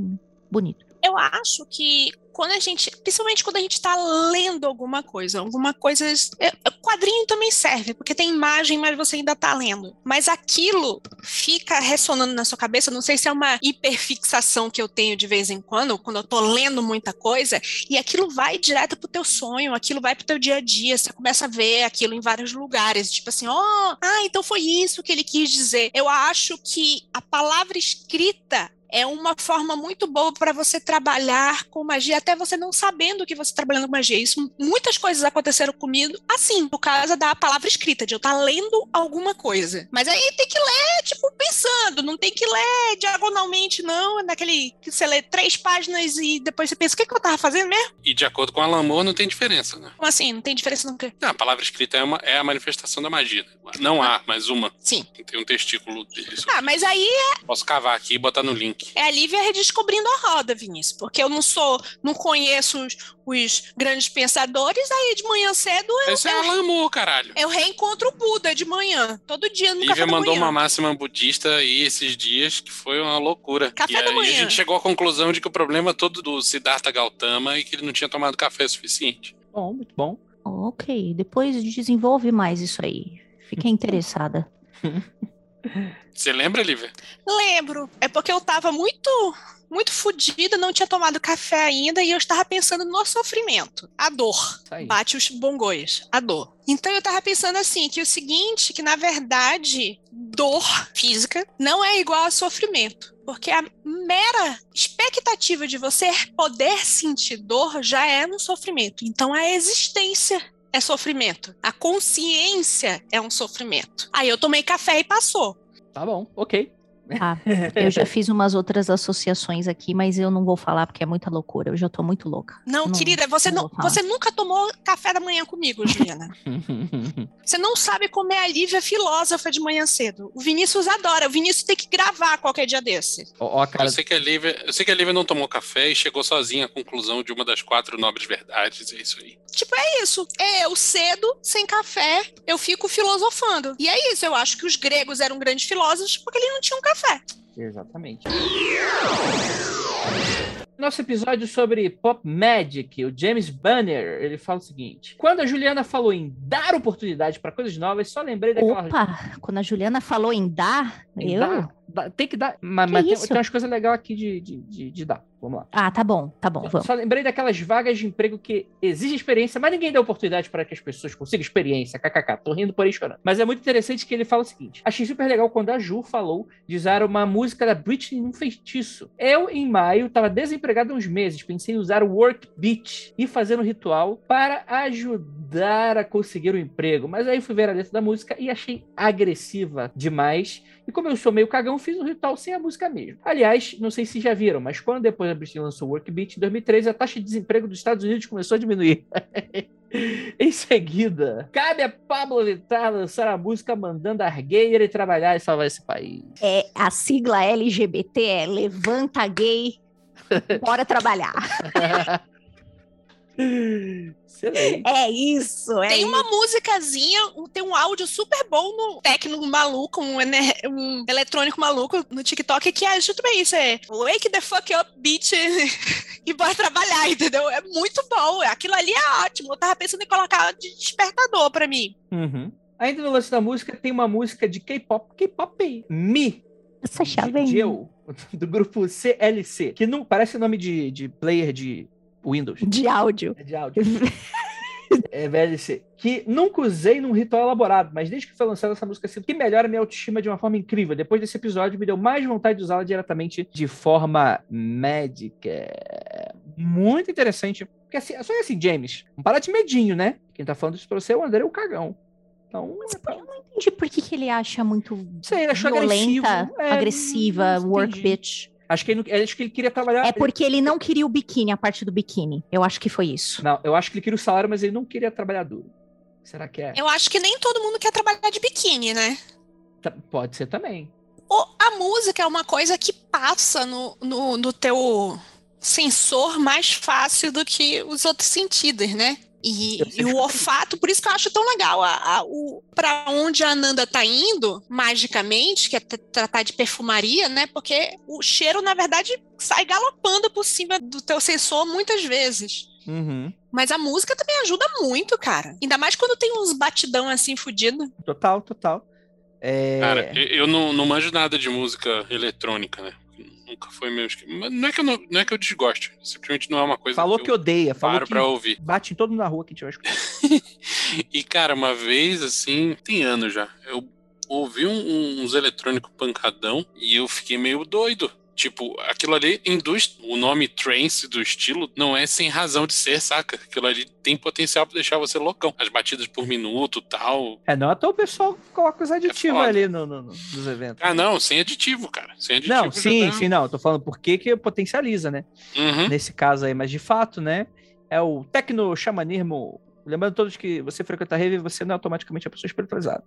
bonito. Eu acho que quando a gente, principalmente quando a gente tá lendo alguma coisa, alguma coisa, é, quadrinho também serve, porque tem imagem, mas você ainda tá lendo. Mas aquilo fica ressonando na sua cabeça, não sei se é uma hiperfixação que eu tenho de vez em quando, quando eu tô lendo muita coisa, e aquilo vai direto pro teu sonho, aquilo vai pro teu dia a dia, você começa a ver aquilo em vários lugares, tipo assim, ó, oh, ah, então foi isso que ele quis dizer. Eu acho que a palavra escrita é uma forma muito boa para você trabalhar com magia, até você não sabendo que você está trabalhando com magia. Isso, muitas coisas aconteceram comigo assim, por causa da palavra escrita, de eu estar lendo alguma coisa. Mas aí tem que ler, tipo, pensando, não tem que ler diagonalmente, não, naquele que você lê três páginas e depois você pensa, o que, que eu tava fazendo mesmo? E de acordo com o Alan Moore, não tem diferença, né? Como assim? Não tem diferença no quê? Não, a palavra escrita é, uma, é a manifestação da magia. Não há, mas uma. Sim. Tem um testículo disso. Ah, mas aí é... Posso cavar aqui e botar no link. É a Lívia redescobrindo a roda, Vinícius, porque eu não sou, não conheço os, os grandes pensadores, aí de manhã cedo eu... Esse é o Alan Moore, caralho. Eu reencontro o Buda de manhã, todo dia no Lívia café da mandou manhã. uma máxima budista aí esses dias que foi uma loucura. Café e da aí manhã. a gente chegou à conclusão de que o problema todo do Siddhartha Gautama é que ele não tinha tomado café suficiente. Bom, muito bom. Ok, depois desenvolve mais isso aí. Fiquei interessada. Você lembra, Lívia? Lembro. É porque eu tava muito, muito fodida, não tinha tomado café ainda e eu estava pensando no sofrimento. A dor. Bate os bongôs. A dor. Então eu tava pensando assim, que o seguinte, que na verdade, dor física não é igual a sofrimento. Porque a mera expectativa de você poder sentir dor já é um sofrimento. Então a existência é sofrimento. A consciência é um sofrimento. Aí eu tomei café e passou. Tá bom, ok. Tá, eu já fiz umas outras associações aqui, mas eu não vou falar porque é muita loucura, eu já tô muito louca. Não, não querida, você, não, não você nunca tomou café da manhã comigo, Juliana. Você não sabe como é a Lívia filósofa de manhã cedo. O Vinícius adora, o Vinícius tem que gravar qualquer dia desse. Oh, oh, cara... eu, sei que a Lívia, eu sei que a Lívia não tomou café e chegou sozinha à conclusão de uma das quatro nobres verdades, é isso aí. Tipo, é isso. É eu cedo, sem café, eu fico filosofando. E é isso, eu acho que os gregos eram grandes filósofos porque eles não tinham café. Exatamente. Nosso episódio sobre Pop Magic, o James Banner, ele fala o seguinte: quando a Juliana falou em dar oportunidade para coisas novas, só lembrei daquela... Opa, quando a Juliana falou em dar, em eu... Dar, dar, tem que dar, mas, que mas tem, isso? tem umas coisas legais aqui de, de, de, de dar. Vamos lá. Ah, tá bom, tá bom, vamos. Só lembrei daquelas vagas de emprego que exigem experiência, mas ninguém dá oportunidade para que as pessoas consigam experiência. Kkk, tô rindo por aí chorando. Mas é muito interessante que ele fala o seguinte: achei super legal quando a Ju falou de usar uma música da Britney num feitiço. Eu, em maio, tava desempregado há uns meses, pensei em usar o Work Beat e fazer um ritual para ajudar a conseguir um emprego. Mas aí fui ver a letra da música e achei agressiva demais. E como eu sou meio cagão, fiz um ritual sem a música mesmo. Aliás, não sei se já viram, mas quando depois a Britney lançou o Work Beat, em dois mil e treze, a taxa de desemprego dos Estados Unidos começou a diminuir. Em seguida, cabe a Pablo Vittar lançar a música mandando argueira e trabalhar e salvar esse país. É, a sigla L G B T é Levanta Gay, bora trabalhar. Excelente. É isso, é Tem isso. uma musicazinha, um- tem um áudio super bom no técnico maluco, um, ener- um eletrônico maluco no TikTok que é justo bem isso, é wake the fuck up, bitch, e bora trabalhar, entendeu? É muito bom, aquilo ali é ótimo, eu tava pensando em colocar de despertador pra mim. Uhum. Ainda no lance da música, tem uma música de K-pop, K-pop Me, Essa de, chave de eu, do grupo C L C, que não parece nome de, de player de Windows. de áudio. É de áudio. É V L C. Que nunca usei num ritual elaborado, mas desde que foi lançada essa música, sinto que melhora minha autoestima de uma forma incrível. Depois desse episódio, me deu mais vontade de usá-la diretamente de forma médica. Muito interessante. Porque assim, só que assim, James, não para de medinho, né? Quem tá falando isso pra você é o André, o cagão. Então, Eu não entendi por que, que ele acha muito sei, ele achou violenta, agressivo. É, agressiva, não work entendi. bitch. Acho que, ele, não- acho que ele queria trabalhar... É porque ele não queria o biquíni, a parte do biquíni. Eu acho que foi isso. Não, eu acho que ele queria o salário, mas ele não queria trabalhar duro. Será que é? Eu acho que nem todo mundo quer trabalhar de biquíni, né? Tá- Pode ser também. O- a música é uma coisa que passa no, no, no teu sensor mais fácil do que os outros sentidos, né? E, e o olfato, por isso que eu acho tão legal. A, a, o, pra onde a Ananda tá indo, magicamente, que é tratar de perfumaria, né? Porque o cheiro, na verdade, sai galopando por cima do teu sensor muitas vezes. Uhum. Mas a música também ajuda muito, cara. Ainda mais quando tem uns batidão assim, fudido. Total, total. É... Cara, eu, eu não, não manjo nada de música eletrônica, né? Nunca foi meu esquema. Não é que eu, não, não é que eu desgosto. Simplesmente não é uma coisa Falou que, que eu odeia, falou paro que pra ouvir. bate em todo mundo na rua que tiver escutando. E, cara, uma vez, assim, tem anos já, eu ouvi um, um, uns eletrônicos pancadão e eu fiquei meio doido. Tipo, aquilo ali induz o nome trance do estilo, não é sem razão de ser, saca? Aquilo ali tem potencial pra deixar você loucão. As batidas por minuto e tal. É, não, até o pessoal coloca os aditivos É ali no, no, no, nos eventos. Ah, não, sem aditivo, cara. Sem aditivo. Não, sim, tá... sim, não. Tô falando por que que potencializa, né? Uhum. Nesse caso aí, mas de fato, né? É o tecno-xamanismo. Lembrando todos que você frequenta a rave, você não é automaticamente a pessoa espiritualizada.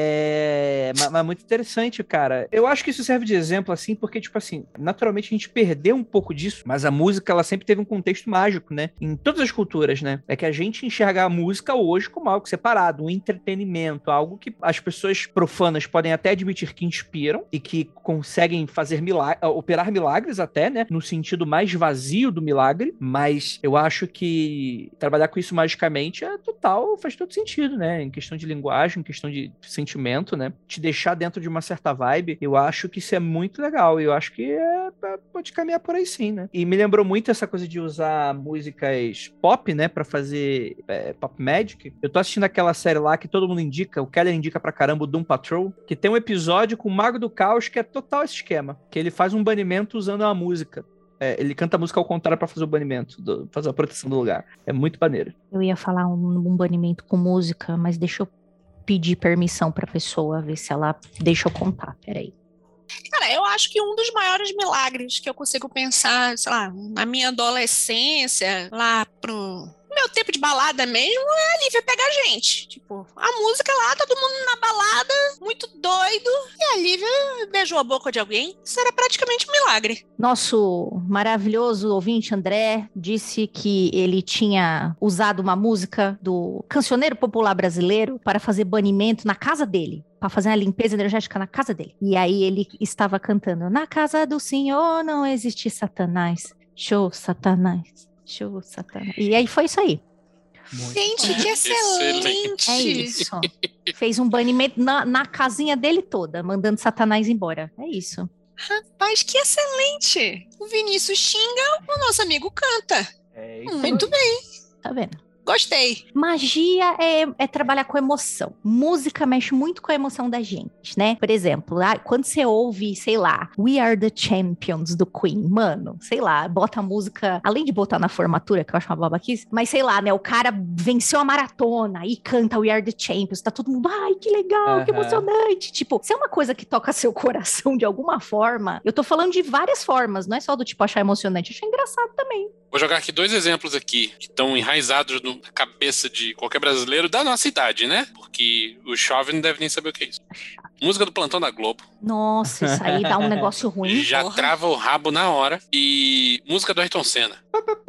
É... Mas, mas muito interessante, cara. Eu acho que isso serve de exemplo, assim, porque, tipo assim, naturalmente a gente perdeu um pouco disso, mas a música, ela sempre teve um contexto mágico, né? Em todas as culturas, né? É que a gente enxerga a música hoje como algo separado, um entretenimento, algo que as pessoas profanas podem até admitir que inspiram e que conseguem fazer milagres, operar milagres até, né? No sentido mais vazio do milagre, mas eu acho que trabalhar com isso magicamente é total, faz todo sentido, né? Em questão de linguagem, em questão de sentimento, né? Te deixar dentro de uma certa vibe, eu acho que isso é muito legal. E eu acho que é, pode caminhar por aí sim, né? E me lembrou muito essa coisa de usar músicas pop, né? Pra fazer é, pop magic. Eu tô assistindo aquela série lá que todo mundo indica, o Keller indica pra caramba, o Doom Patrol, que tem um episódio com o Mago do Caos que é total esse esquema. Que ele faz um banimento usando uma música. É, ele canta a música ao contrário pra fazer o banimento, do, fazer a proteção do lugar. É muito maneiro. Eu ia falar um, um banimento com música, mas deixa eu pedir permissão pra pessoa, ver se ela deixa eu contar. Peraí. Cara, eu acho que um dos maiores milagres que eu consigo pensar, sei lá, na minha adolescência, lá pro meu tempo de balada mesmo, é a Lívia pegar a gente. Tipo, a música lá, todo mundo na balada, muito doido, e a Lívia beijou a boca de alguém. Isso era praticamente um milagre. Nosso maravilhoso ouvinte André disse que ele tinha usado uma música do cancioneiro popular brasileiro para fazer banimento na casa dele. Para fazer uma limpeza energética na casa dele. E aí ele estava cantando: na casa do Senhor não existe Satanás. Show, Satanás. Show, Satanás. E aí foi isso aí. Muito Gente, bom. Que excelente. É isso. Fez um banimento na, na casinha dele toda, mandando Satanás embora. É isso. Rapaz, que excelente. O Vinícius xinga, o nosso amigo canta. É isso. Muito bem. Tá vendo? Gostei. Magia é, é trabalhar com emoção. Música mexe muito com a emoção da gente, né? Por exemplo, quando você ouve, sei lá, We Are The Champions do Queen, mano, sei lá, bota a música, além de botar na formatura, que eu acho uma babaquice, mas sei lá, né, o cara venceu a maratona e canta We Are The Champions, tá todo mundo, ai, que legal, uhum. que emocionante. Tipo, se é uma coisa que toca seu coração de alguma forma, eu tô falando de várias formas, não é só do tipo achar emocionante, achar engraçado também. Vou jogar aqui dois exemplos aqui, que estão enraizados no na cabeça de qualquer brasileiro da nossa idade, né? Porque o jovem não deve nem saber o que é isso. Música do Plantão da Globo. Nossa, isso aí dá um negócio ruim. Já porra. Trava o rabo na hora. E música do Ayrton Senna.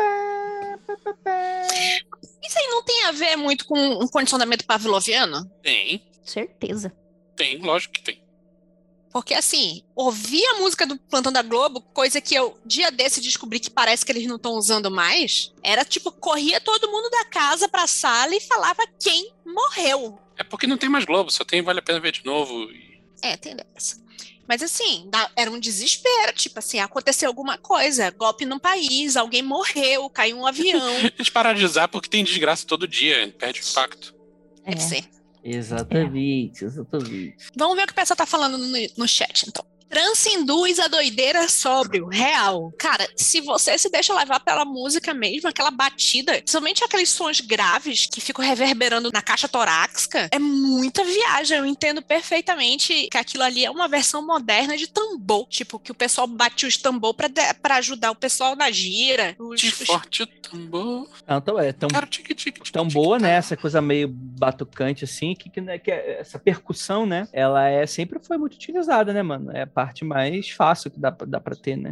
Isso aí não tem a ver muito com um condicionamento pavloviano? Tem. Certeza. Tem, lógico que tem. Porque, assim, ouvir a música do Plantão da Globo, coisa que eu, dia desse, descobri que parece que eles não estão usando mais, era tipo, corria todo mundo da casa pra sala e falava quem morreu. É porque não tem mais Globo, só tem Vale a Pena Ver de Novo. E... É, tem dessa. Mas, assim, era um desespero, tipo assim, aconteceu alguma coisa, golpe no país, alguém morreu, caiu um avião. Eles pararam de usar porque tem desgraça todo dia, perde o impacto. É. Deve ser. Exatamente, é. exatamente. Vamos ver o que o pessoal tá falando no, no chat, então. Trance induz a doideira sóbrio, real. Cara, se você se deixa levar pela música mesmo, aquela batida, principalmente aqueles sons graves que ficam reverberando na caixa torácica, é muita viagem. Eu entendo perfeitamente que aquilo ali é uma versão moderna de tambor. Tipo, que o pessoal bate os tambor pra, de, pra ajudar o pessoal na gira. Os, de forte o tambor. Ah, então é tão, Cara, tique, tique, tique, tão tique, boa, tique, né? Essa coisa meio batucante, assim, que, que, né, que é, essa percussão, né? Ela é, sempre foi muito utilizada, né, mano? É a parte mais fácil que dá, dá pra ter, né?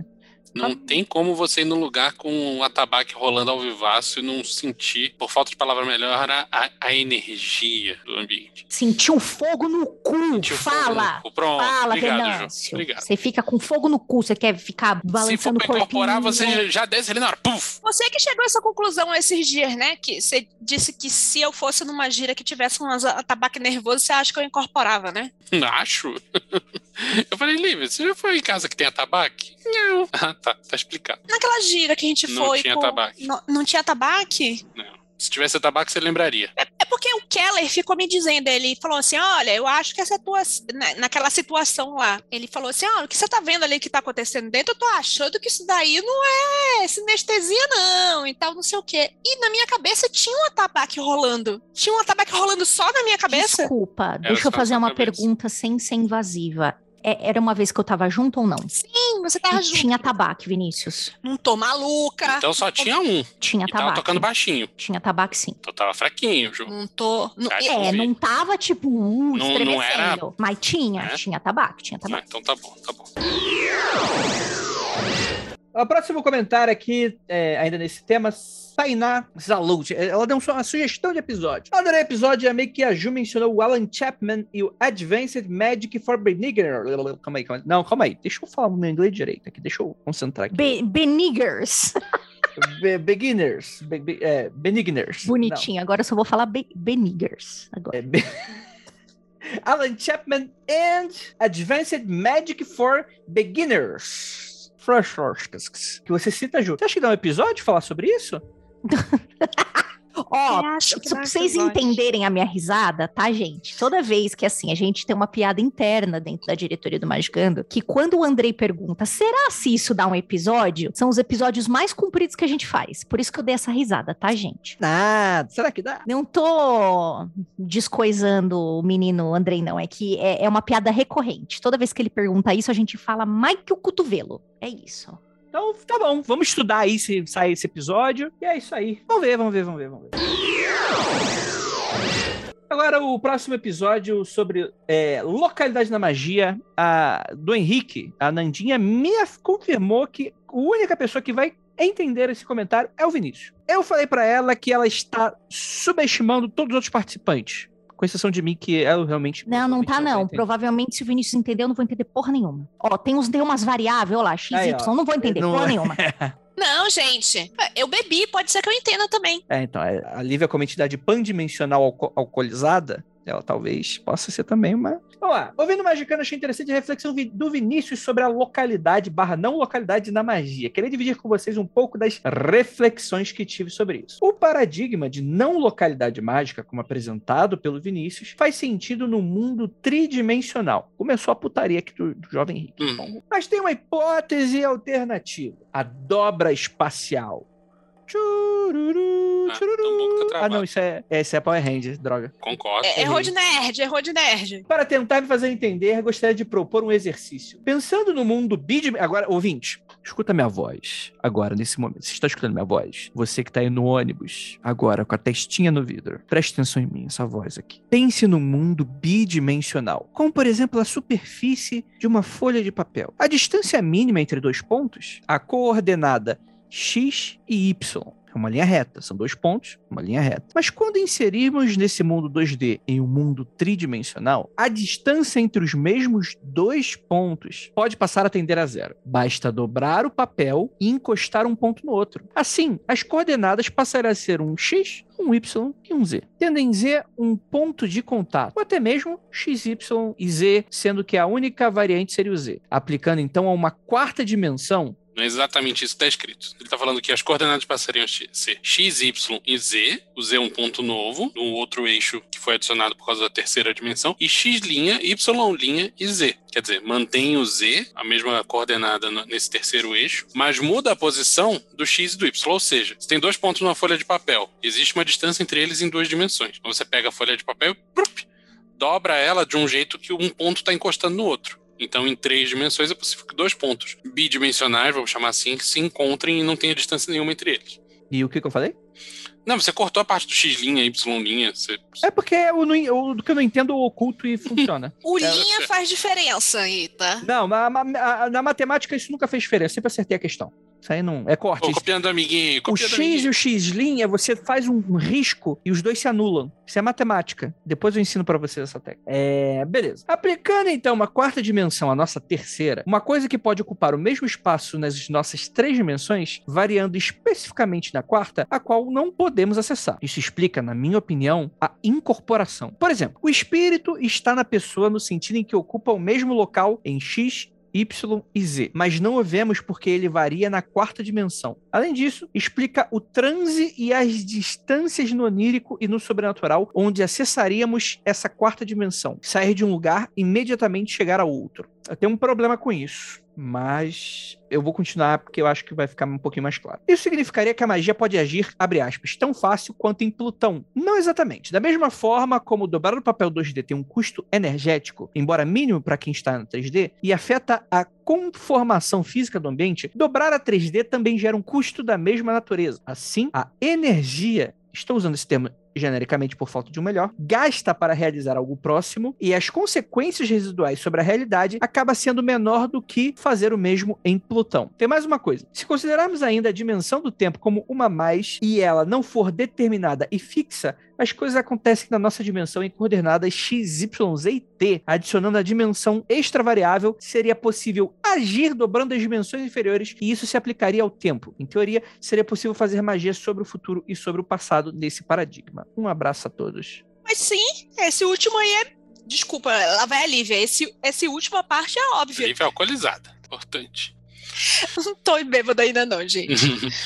Não ah. tem como você ir num lugar com um atabaque rolando ao vivaço e não sentir, por falta de palavra melhor, a, a energia do ambiente. Sentir um fogo no cu. Sentir Fala. No cu. Pronto. Fala, Obrigado, Venâncio. Ju. Obrigado. Você fica com fogo no cu, você quer ficar balançando o corpinho. Se for pra incorporar, você já desce ali na hora. Puf! Você que chegou a essa conclusão esses dias, né? Que você disse que se eu fosse numa gira que tivesse um atabaque nervoso, você acha que eu incorporava, né? Acho. Eu falei, Lívia, você já foi em casa que tem atabaque? Não. Ah, tá. Tá explicado. Naquela gira que a gente não foi... Tinha com... tabaque. Não, não tinha tabaque? Não. Se tivesse tabaco, você lembraria. É, é porque o Keller ficou me dizendo, ele falou assim, olha, eu acho que essa tua... Na, naquela situação lá, ele falou assim, olha, o que você tá vendo ali que tá acontecendo dentro, eu tô achando que isso daí não é sinestesia não, e tal, não sei o quê. E na minha cabeça tinha um atabaque rolando. Tinha um atabaque rolando só na minha cabeça? Desculpa, Era deixa eu fazer uma cabeça. pergunta sem ser invasiva. É, era uma vez que eu tava junto ou não? Sim, você tava e junto. Tinha tabaco, Vinícius. Não tô maluca. Então só tinha um. Tinha e tabaco. Tava tocando baixinho. Tinha tabaco, sim. Então tava fraquinho, Ju. Não tô... Não, é, não tava tipo, uh, não, estremecendo. Não era... Mas tinha, é? tinha tabaco, tinha tabaco. Ah, então tá bom, tá bom. O próximo comentário aqui, é, ainda nesse tema, Tainá Zalud. Ela deu uma sugestão de episódio. Eu adorei o episódio, amei que a Ju mencionou o Alan Chapman e o Advanced Magic for Beginners. Calma aí, calma aí. Não, calma aí. Deixa eu falar o meu inglês direito aqui. Deixa eu concentrar aqui. Be Beniggers. Be beginners. Be be é, Benigners. Bonitinho. Não. Agora eu só vou falar be Beniggers. Agora. É, be Alan Chapman and Advanced Magic for Beginners. Que você cita, Ju. Você acha que dá um episódio falar sobre isso? Ó, oh, só pra vocês entenderem a minha risada, tá, gente? Toda vez que, assim, a gente tem uma piada interna dentro da diretoria do Magicando, que quando o Andrei pergunta, será se isso dá um episódio? São os episódios mais compridos que a gente faz. Por isso que eu dei essa risada, tá, gente? Nada. Será que dá? Não tô descoisando o menino Andrei, não. É que é, é uma piada recorrente. Toda vez que ele pergunta isso, a gente fala mais que o cotovelo. É isso. Então, tá bom, vamos estudar aí se sai esse episódio. E é isso aí. Vamos ver, vamos ver, vamos ver, vamos ver. Agora, o próximo episódio sobre é, localidade na magia, a, do Henrique, a Nandinha, me confirmou que a única pessoa que vai entender esse comentário é o Vinícius. Eu falei pra ela que ela está subestimando todos os outros participantes. Com exceção de mim, que eu realmente... Não, não tá não. Provavelmente, se o Vinícius entendeu, eu não vou entender porra nenhuma. Ó, tem, uns, tem umas variáveis, ó lá, X, aí, Y, ó, não vou entender não... porra nenhuma. Não, gente. Eu bebi, pode ser que eu entenda também. É, então, a Lívia, como entidade pandimensional alco alcoolizada, ela talvez possa ser também uma... Vamos lá. Ouvindo o Magicano, achei interessante a reflexão do Vinícius sobre a localidade barra não localidade na magia. Queria dividir com vocês um pouco das reflexões que tive sobre isso. O paradigma de não localidade mágica, como apresentado pelo Vinícius, faz sentido no mundo tridimensional. Começou a putaria aqui do, do jovem Henrique. Hum. Mas tem uma hipótese alternativa. A dobra espacial. Chururu, chururu. Ah, ah, não, isso é, isso é Power Ranger, droga. Concordo. É, errou de nerd, errou de nerd. Para tentar me fazer entender, gostaria de propor um exercício. Pensando no mundo bidimensional... Agora, ouvinte, escuta minha voz. Agora, nesse momento. Você está escutando minha voz? Você que está aí no ônibus, agora, com a testinha no vidro. Preste atenção em mim, essa voz aqui. Pense no mundo bidimensional. Como, por exemplo, a superfície de uma folha de papel. A distância mínima entre dois pontos, a coordenada X e Y. É uma linha reta, são dois pontos, uma linha reta. Mas quando inserirmos nesse mundo dois D em um mundo tridimensional, a distância entre os mesmos dois pontos pode passar a tender a zero. Basta dobrar o papel e encostar um ponto no outro. Assim, as coordenadas passarão a ser um X, um Y e um Z. Tendo em Z um ponto de contato, ou até mesmo X, Y e Z, sendo que a única variante seria o Z. Aplicando então a uma quarta dimensão, não é exatamente isso que está escrito. Ele está falando que as coordenadas passariam a ser X, Y e Z. O Z é um ponto novo, no outro eixo que foi adicionado por causa da terceira dimensão. E X', Y' e Z. Quer dizer, mantém o Z, a mesma coordenada nesse terceiro eixo, mas muda a posição do X e do Y. Ou seja, você tem dois pontos numa folha de papel. Existe uma distância entre eles em duas dimensões. Então você pega a folha de papel e brup, dobra ela de um jeito que um ponto está encostando no outro. Então, em três dimensões, é possível que dois pontos bidimensionais, vamos chamar assim, que se encontrem e não tenha distância nenhuma entre eles. E o que, que eu falei? Não, você cortou a parte do X-linha, Y-linha. Você... É porque eu não, eu, do que eu não entendo, o oculto e funciona. O é, linha você... faz diferença aí, tá? Não, na, na, na matemática isso nunca fez diferença. Eu sempre acertei a questão. Isso aí não é corte. Pô, copiando do amiguinho. O X X e o X' você faz um risco e os dois se anulam. Isso é matemática. Depois eu ensino pra vocês essa técnica. É, beleza. Aplicando então uma quarta dimensão à nossa terceira, uma coisa que pode ocupar o mesmo espaço nas nossas três dimensões, variando especificamente na quarta, a qual não podemos acessar. Isso explica, na minha opinião, a incorporação. Por exemplo, o espírito está na pessoa no sentido em que ocupa o mesmo local em X, Y e Z, mas não o vemos porque ele varia na quarta dimensão. Além disso, explica o transe e as distâncias no onírico e no sobrenatural, onde acessaríamos essa quarta dimensão. Sair de um lugar e imediatamente chegar a outro. Eu tenho um problema com isso, mas eu vou continuar porque eu acho que vai ficar um pouquinho mais claro. Isso significaria que a magia pode agir, abre aspas, tão fácil quanto em Plutão. Não exatamente. Da mesma forma como dobrar o papel dois D tem um custo energético, embora mínimo para quem está no três D, e afeta a conformação física do ambiente, dobrar a três D também gera um custo da mesma natureza. Assim, a energia, estou usando esse termo genericamente por falta de um melhor, gasta para realizar algo próximo e as consequências residuais sobre a realidade acaba sendo menor do que fazer o mesmo em Plutão. Tem mais uma coisa. Se considerarmos ainda a dimensão do tempo como uma mais e ela não for determinada e fixa, as coisas acontecem na nossa dimensão em coordenadas x, y, z e t. Adicionando a dimensão extravariável, seria possível agir dobrando as dimensões inferiores e isso se aplicaria ao tempo. Em teoria, seria possível fazer magia sobre o futuro e sobre o passado nesse paradigma. Um abraço a todos. Mas sim, esse último aí é... Desculpa, lá vai a Lívia. Esse, essa última parte é óbvia. Lívia é alcoolizada. Importante. Não tô bêbada ainda não, gente.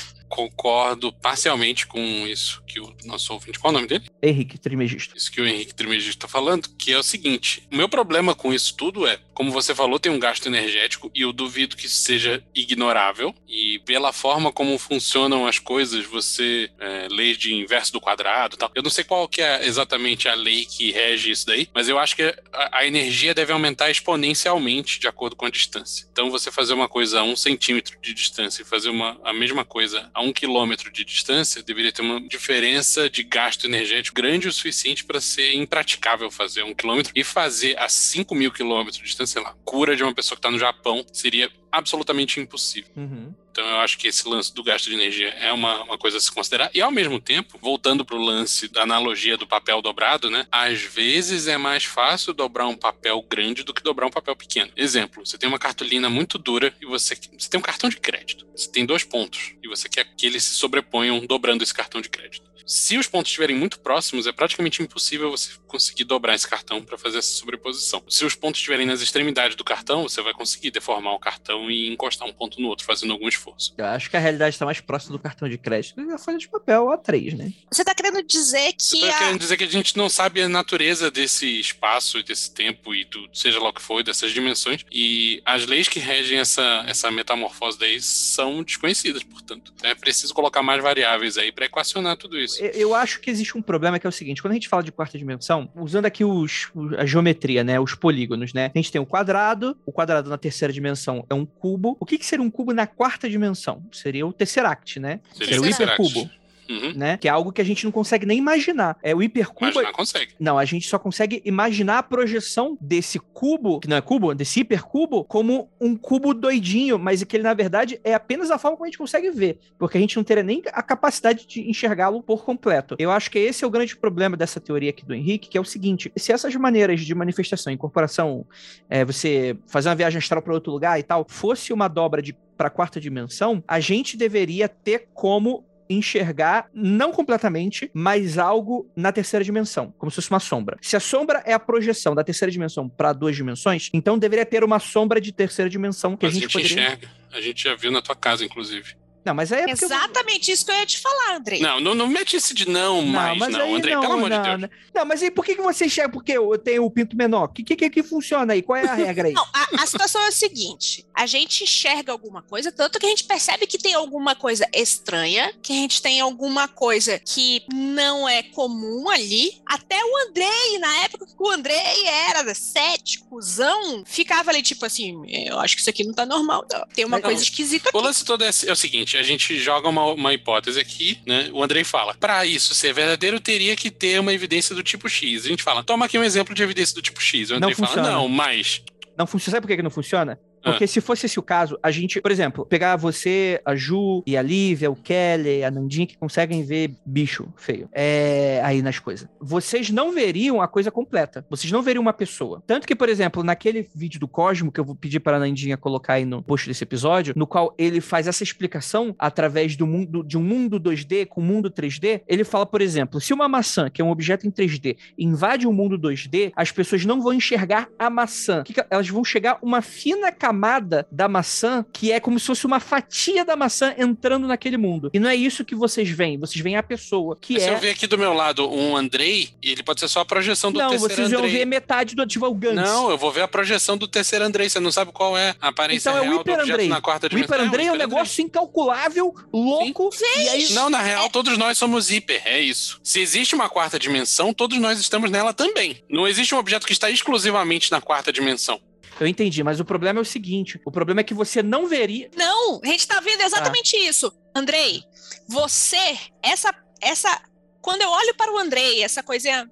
Concordo parcialmente com isso que o nosso ouvinte... Qual é o nome dele? Henrique Trimegisto. Isso que o Henrique Trimegisto está falando, que é o seguinte. O meu problema com isso tudo é, como você falou, tem um gasto energético e eu duvido que isso seja ignorável. E pela forma como funcionam as coisas, você... É, leis de inverso do quadrado e tal. Eu não sei qual que é exatamente a lei que rege isso daí, mas eu acho que a, a energia deve aumentar exponencialmente de acordo com a distância. Então você fazer uma coisa a um centímetro de distância e fazer uma, a mesma coisa a um quilômetro de distância, deveria ter uma diferença de gasto energético grande o suficiente para ser impraticável fazer um quilômetro e fazer a cinco mil quilômetros de distância, sei lá, cura de uma pessoa que está no Japão seria absolutamente impossível. Uhum. Então eu acho que esse lance do gasto de energia é uma, uma coisa a se considerar. E ao mesmo tempo, voltando pro lance da analogia do papel dobrado, né? Às vezes é mais fácil dobrar um papel grande do que dobrar um papel pequeno. Exemplo, você tem uma cartolina muito dura e você, você tem um cartão de crédito. Você tem dois pontos e você quer que eles se sobreponham dobrando esse cartão de crédito. Se os pontos estiverem muito próximos, é praticamente impossível você conseguir dobrar esse cartão para fazer essa sobreposição. Se os pontos estiverem nas extremidades do cartão, você vai conseguir deformar o cartão e encostar um ponto no outro, fazendo algum esforço. Eu acho que a realidade está mais próxima do cartão de crédito do que a folha de papel A três, né? Você tá querendo dizer que... Eu tô a... querendo dizer que a gente não sabe a natureza desse espaço, desse tempo e do, seja lá o que for, dessas dimensões. E as leis que regem essa, essa metamorfose daí são desconhecidas, portanto. É preciso colocar mais variáveis aí para equacionar tudo isso. Eu acho que existe um problema que é o seguinte, quando a gente fala de quarta dimensão, usando aqui os, a geometria, né, os polígonos, né, a gente tem o quadrado, o quadrado na terceira dimensão é um cubo. O que que seria um cubo na quarta dimensão? Seria o Tesseract, né? Seria, seria o hipercubo. Uhum. Né? Que é algo que a gente não consegue nem imaginar. É o hipercubo. Imaginar consegue. Não, a gente só consegue imaginar a projeção desse cubo, que não é cubo, desse hipercubo, como um cubo doidinho, mas que ele, na verdade, é apenas a forma como a gente consegue ver, porque a gente não teria nem a capacidade de enxergá-lo por completo. Eu acho que esse é o grande problema dessa teoria aqui do Henrique, que é o seguinte: se essas maneiras de manifestação, incorporação, é, você fazer uma viagem astral para outro lugar e tal, fosse uma dobra de para a quarta dimensão, a gente deveria ter como enxergar, não completamente, mas algo na terceira dimensão, como se fosse uma sombra. Se a sombra é a projeção da terceira dimensão para duas dimensões, então deveria ter uma sombra de terceira dimensão que mas a gente, a gente poderia... enxerga. A gente já viu na tua casa, inclusive. Não, mas aí é porque exatamente eu... isso que eu ia te falar, Andrei. Não, não, não mete esse de não, não mais, mas não, Andrei, não, pelo amor não, de Deus. Não, não, mas aí por que, que você enxerga? Porque eu tenho o pinto menor? O que, que, que, que funciona aí? Qual é a regra aí? Não, a, a situação é a seguinte: a gente enxerga alguma coisa, tanto que a gente percebe que tem alguma coisa estranha, que a gente tem alguma coisa que não é comum ali. Até o Andrei, na época que o Andrei era céticozão, ficava ali tipo assim, eu acho que isso aqui não tá normal, não. Tem uma não, coisa esquisita aqui. O lance todo é, é o seguinte, a gente joga uma, uma hipótese aqui, né? O Andrei fala, para isso ser verdadeiro, teria que ter uma evidência do tipo X. A gente fala, toma aqui um exemplo de evidência do tipo X. O Andrei Não fala, funciona. não, mas... Não funciona. Sabe por que que não funciona? Porque Ah. se fosse esse o caso, a gente, por exemplo, pegar você, a Ju e a Lívia, o Kelly, a Nandinha, que conseguem ver bicho feio é, aí nas coisas. Vocês não veriam a coisa completa. Vocês não veriam uma pessoa. Tanto que, por exemplo, naquele vídeo do Cosmo, que eu vou pedir para a Nandinha colocar aí no post desse episódio, no qual ele faz essa explicação através do mundo, de um mundo dois D com um mundo três D, ele fala, por exemplo, se uma maçã, que é um objeto em três D, invade um mundo dois D, as pessoas não vão enxergar a maçã. Que que elas vão chegar uma fina camada da maçã, que é como se fosse uma fatia da maçã entrando naquele mundo. E não é isso que vocês veem. Vocês veem a pessoa, que Mas é... se eu ver aqui do meu lado um Andrei, ele pode ser só a projeção do não, terceiro vocês vão Andrei. ver metade do Atival Gantz. Não, eu vou ver a projeção do terceiro Andrei. Você não sabe qual é a aparência Então é o real do Hyper objeto Andrei. na quarta O dimensão. Hyper Andrei é um Hyper negócio incalculável, louco. E aí... Não, na real, todos nós somos hiper, é isso. Se existe uma quarta dimensão, todos nós estamos nela também. Não existe um objeto que está exclusivamente na quarta dimensão. Eu entendi, mas o problema é o seguinte, o problema é que você não veria... Não, a gente tá vendo exatamente ah. isso. Andrei, você, essa, essa... Quando eu olho para o Andrei, essa coisinha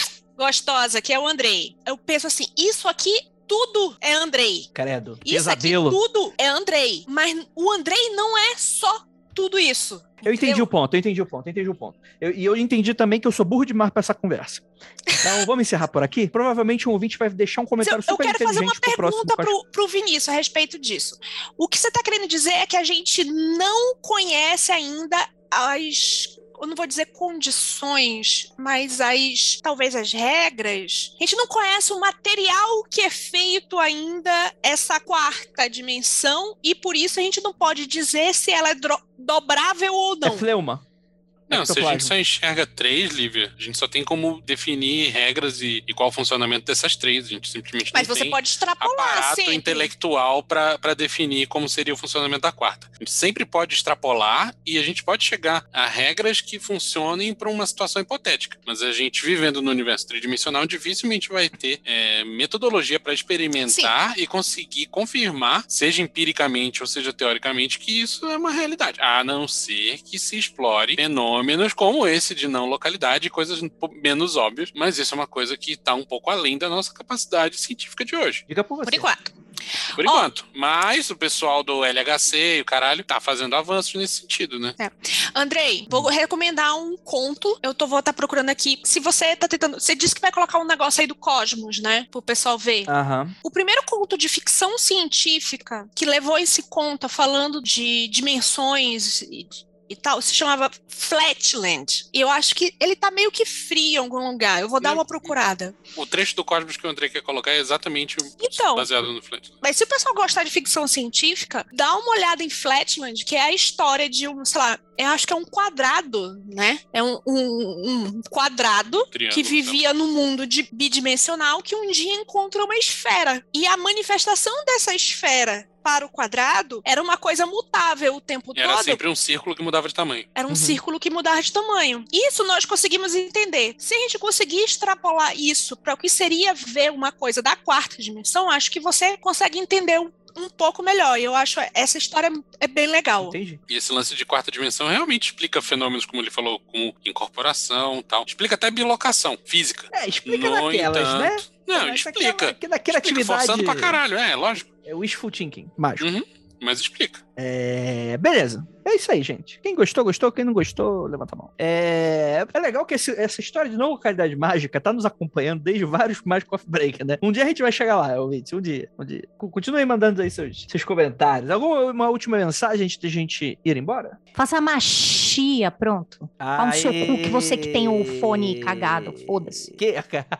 gostosa que é o Andrei, eu penso assim, isso aqui... Tudo é Andrei. Credo. Isso Pesadelo. aqui tudo é Andrei. Mas o Andrei não é só tudo isso. Eu entendi entendeu? o ponto, eu entendi o ponto, eu entendi o ponto. Eu, e eu entendi também que eu sou burro demais pra essa conversa. Então, vamos encerrar por aqui. Provavelmente um ouvinte vai deixar um comentário eu, super eu quero fazer uma inteligente pro pergunta próximo. pro, pro Vinícius a respeito disso. O que você tá querendo dizer é que a gente não conhece ainda as... eu não vou dizer condições, mas as, talvez as regras. A gente não conhece o material que é feito ainda essa quarta dimensão e por isso a gente não pode dizer se ela é dobrável ou não. É fleuma. Não, se a gente só enxerga três, Lívia, a gente só tem como definir regras e, e qual o funcionamento dessas três. A gente simplesmente Mas não você tem pode extrapolar aparato sempre. intelectual para definir como seria o funcionamento da quarta. A gente sempre pode extrapolar e a gente pode chegar a regras que funcionem para uma situação hipotética. Mas a gente, vivendo no universo tridimensional, dificilmente vai ter é, metodologia para experimentar Sim. e conseguir confirmar, seja empiricamente ou seja teoricamente, que isso é uma realidade. A não ser que se explore fenômenos menos como esse de não localidade e coisas menos óbvias, mas isso é uma coisa que está um pouco além da nossa capacidade científica de hoje. Diga por você. Por enquanto. Por enquanto. Oh. Mas o pessoal do L H C e o caralho tá fazendo avanços nesse sentido, né? É. Andrei, vou recomendar um conto. Eu tô, vou estar tá procurando aqui. Se você tá tentando... Você disse que vai colocar um negócio aí do Cosmos, né? Pro pessoal ver. Uhum. O primeiro conto de ficção científica que levou esse conto falando de dimensões e e tal, se chamava Flatland. E eu acho que ele tá meio que frio em algum lugar. Eu vou dar uma procurada. O trecho do Cosmos que o André quer colocar é exatamente então, baseado no Flatland. Mas se o pessoal gostar de ficção científica, dá uma olhada em Flatland, que é a história de um, sei lá, eu acho que é um quadrado, né? É um, um, um quadrado Triângulo, que vivia então. no mundo de bidimensional que um dia encontra uma esfera. E a manifestação dessa esfera para o quadrado era uma coisa mutável o tempo era todo. Era sempre um círculo que mudava de tamanho. Era um uhum. círculo que mudava de tamanho. Isso nós conseguimos entender. Se a gente conseguir extrapolar isso para o que seria ver uma coisa da quarta dimensão, acho que você consegue entender um um pouco melhor, e eu acho essa história é bem legal. Entendi. E esse lance de quarta dimensão realmente explica fenômenos, como ele falou, como incorporação e tal. Explica até bilocação física. É, explica no naquelas, entanto, né? Não, Mas explica. Naquela, naquela explica atividade... forçando pra caralho, é, lógico. É wishful thinking, mágico. Uhum, mas explica. É... Beleza. É isso aí, gente. Quem gostou, gostou. Quem não gostou, levanta a mão. É, é legal que esse, essa história de não localidade mágica tá nos acompanhando desde vários Magic of Break, né? Um dia a gente vai chegar lá, ouvintes. Um dia. Um dia. Continue mandando aí seus, seus comentários. Alguma última mensagem antes de a gente ir embora? Faça magia, pronto. Pau no seu cu, que você que tem o fone cagado. Foda-se. Que...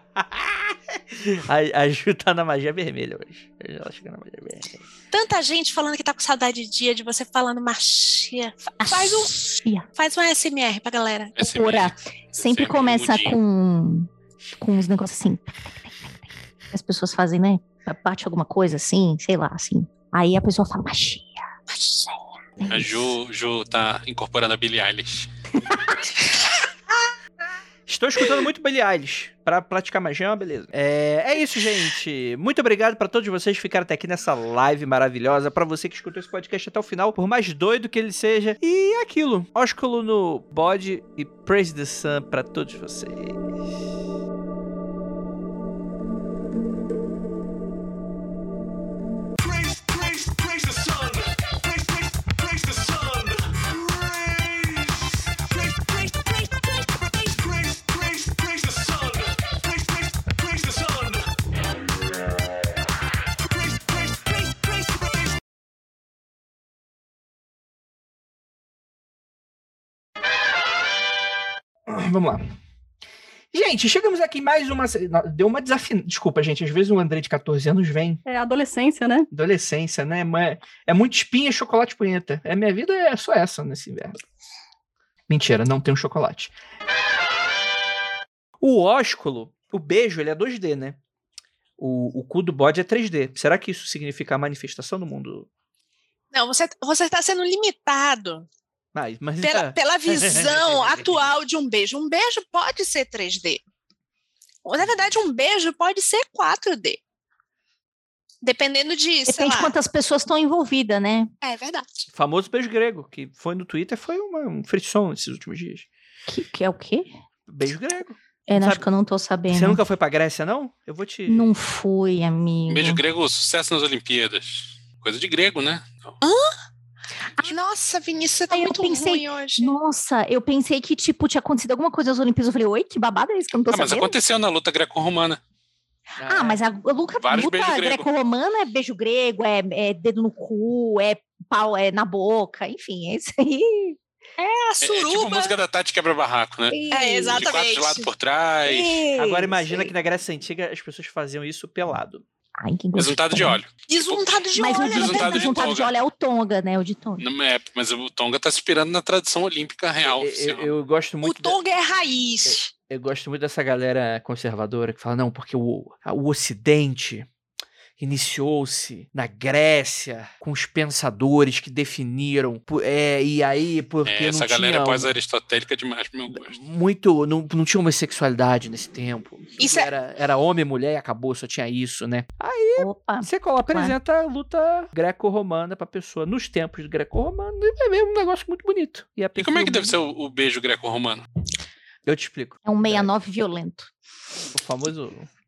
A, a Ju tá na magia vermelha hoje. Ela chega na magia vermelha. Tanta gente falando que tá com saudade de dia de você falando magia. Faz um, faz um A S M R pra galera. Ora, sempre começa com, com uns negócios assim. As pessoas fazem, né? Bate alguma coisa assim, sei lá, assim. Aí a pessoa fala magia. Magia. A Ju, Ju tá incorporando a Billie Eilish. Estou escutando muito Billie Eilish. Pra praticar magia é uma beleza. É, é isso, gente. Muito obrigado pra todos vocês que ficaram até aqui nessa live maravilhosa. Pra você que escutou esse podcast até o final, por mais doido que ele seja. E é aquilo. Ósculo no bode e praise the sun pra todos vocês. Vamos lá. Gente, chegamos aqui em mais uma... Deu uma desafinada. Desculpa, gente. Às vezes o André de catorze anos vem. É adolescência, né? Adolescência, né? É, é muito espinha e chocolate punheta. É, minha vida é só essa nesse inverno. Mentira, não tem um chocolate. O ósculo, o beijo, ele é dois D, né? O, o cu do bode é três D. Será que isso significa a manifestação do mundo? Não, você, você tá sendo limitado. Ah, mas Pela, é. pela visão atual de um beijo. Um beijo pode ser três D. Na verdade, um beijo pode ser quatro D. Dependendo de, sei Depende lá. de quantas pessoas estão envolvidas, né? É verdade. O famoso beijo grego, que foi no Twitter, foi uma, um frisson nesses últimos dias. Que, que é o quê? Beijo grego. É, Sabe- acho que eu não tô sabendo. Você nunca foi pra Grécia, não? Eu vou te... Não fui, amigo. Beijo grego, sucesso nas Olimpíadas. Coisa de grego, né? Nossa, Vinícius, você tá Aí eu muito pensei, ruim hoje. Nossa, eu pensei que, tipo, tinha acontecido alguma coisa nas Olimpíadas. Eu falei, oi, que babado é isso que eu não tô Ah, mas sabendo? aconteceu na luta greco-romana. Ah, mas a luta, Vários luta beijos grego. greco-romana é beijo grego, é, é dedo no cu, é pau é na boca, enfim, é isso aí. É a É, é suruba. tipo música da Tati quebra-barraco, né? É, De quatro exatamente. de lado por trás. Agora imagina que na Grécia Antiga as pessoas faziam isso pelado. Ai, que Resultado de óleo. Desuntado de Mas o óleo. de, Resultado de resultado de tonga. óleo é o Tonga, né? O de Tonga. Não é, mas o Tonga tá se inspirando na tradição olímpica real. Eu, oficial. eu- eu gosto O muito... da- Tonga é raiz. Eu gosto muito dessa galera conservadora que fala, não, porque o, a- o Ocidente iniciou-se na Grécia com os pensadores que definiram, pu- é, e aí porque É, essa não galera tinha é pós-aristotélica demais pro meu gosto. muito, não, não tinha homossexualidade nesse tempo. Tudo Isso é- era, era homem, mulher e acabou, só tinha isso, né? Opa. Você coloca, apresenta a luta greco-romana pra pessoa nos tempos greco-romano e vai ver um negócio muito bonito. E, a E como é pessoa- que deve ser o, o beijo greco-romano? Eu te explico. É um sessenta e nove violento. O famoso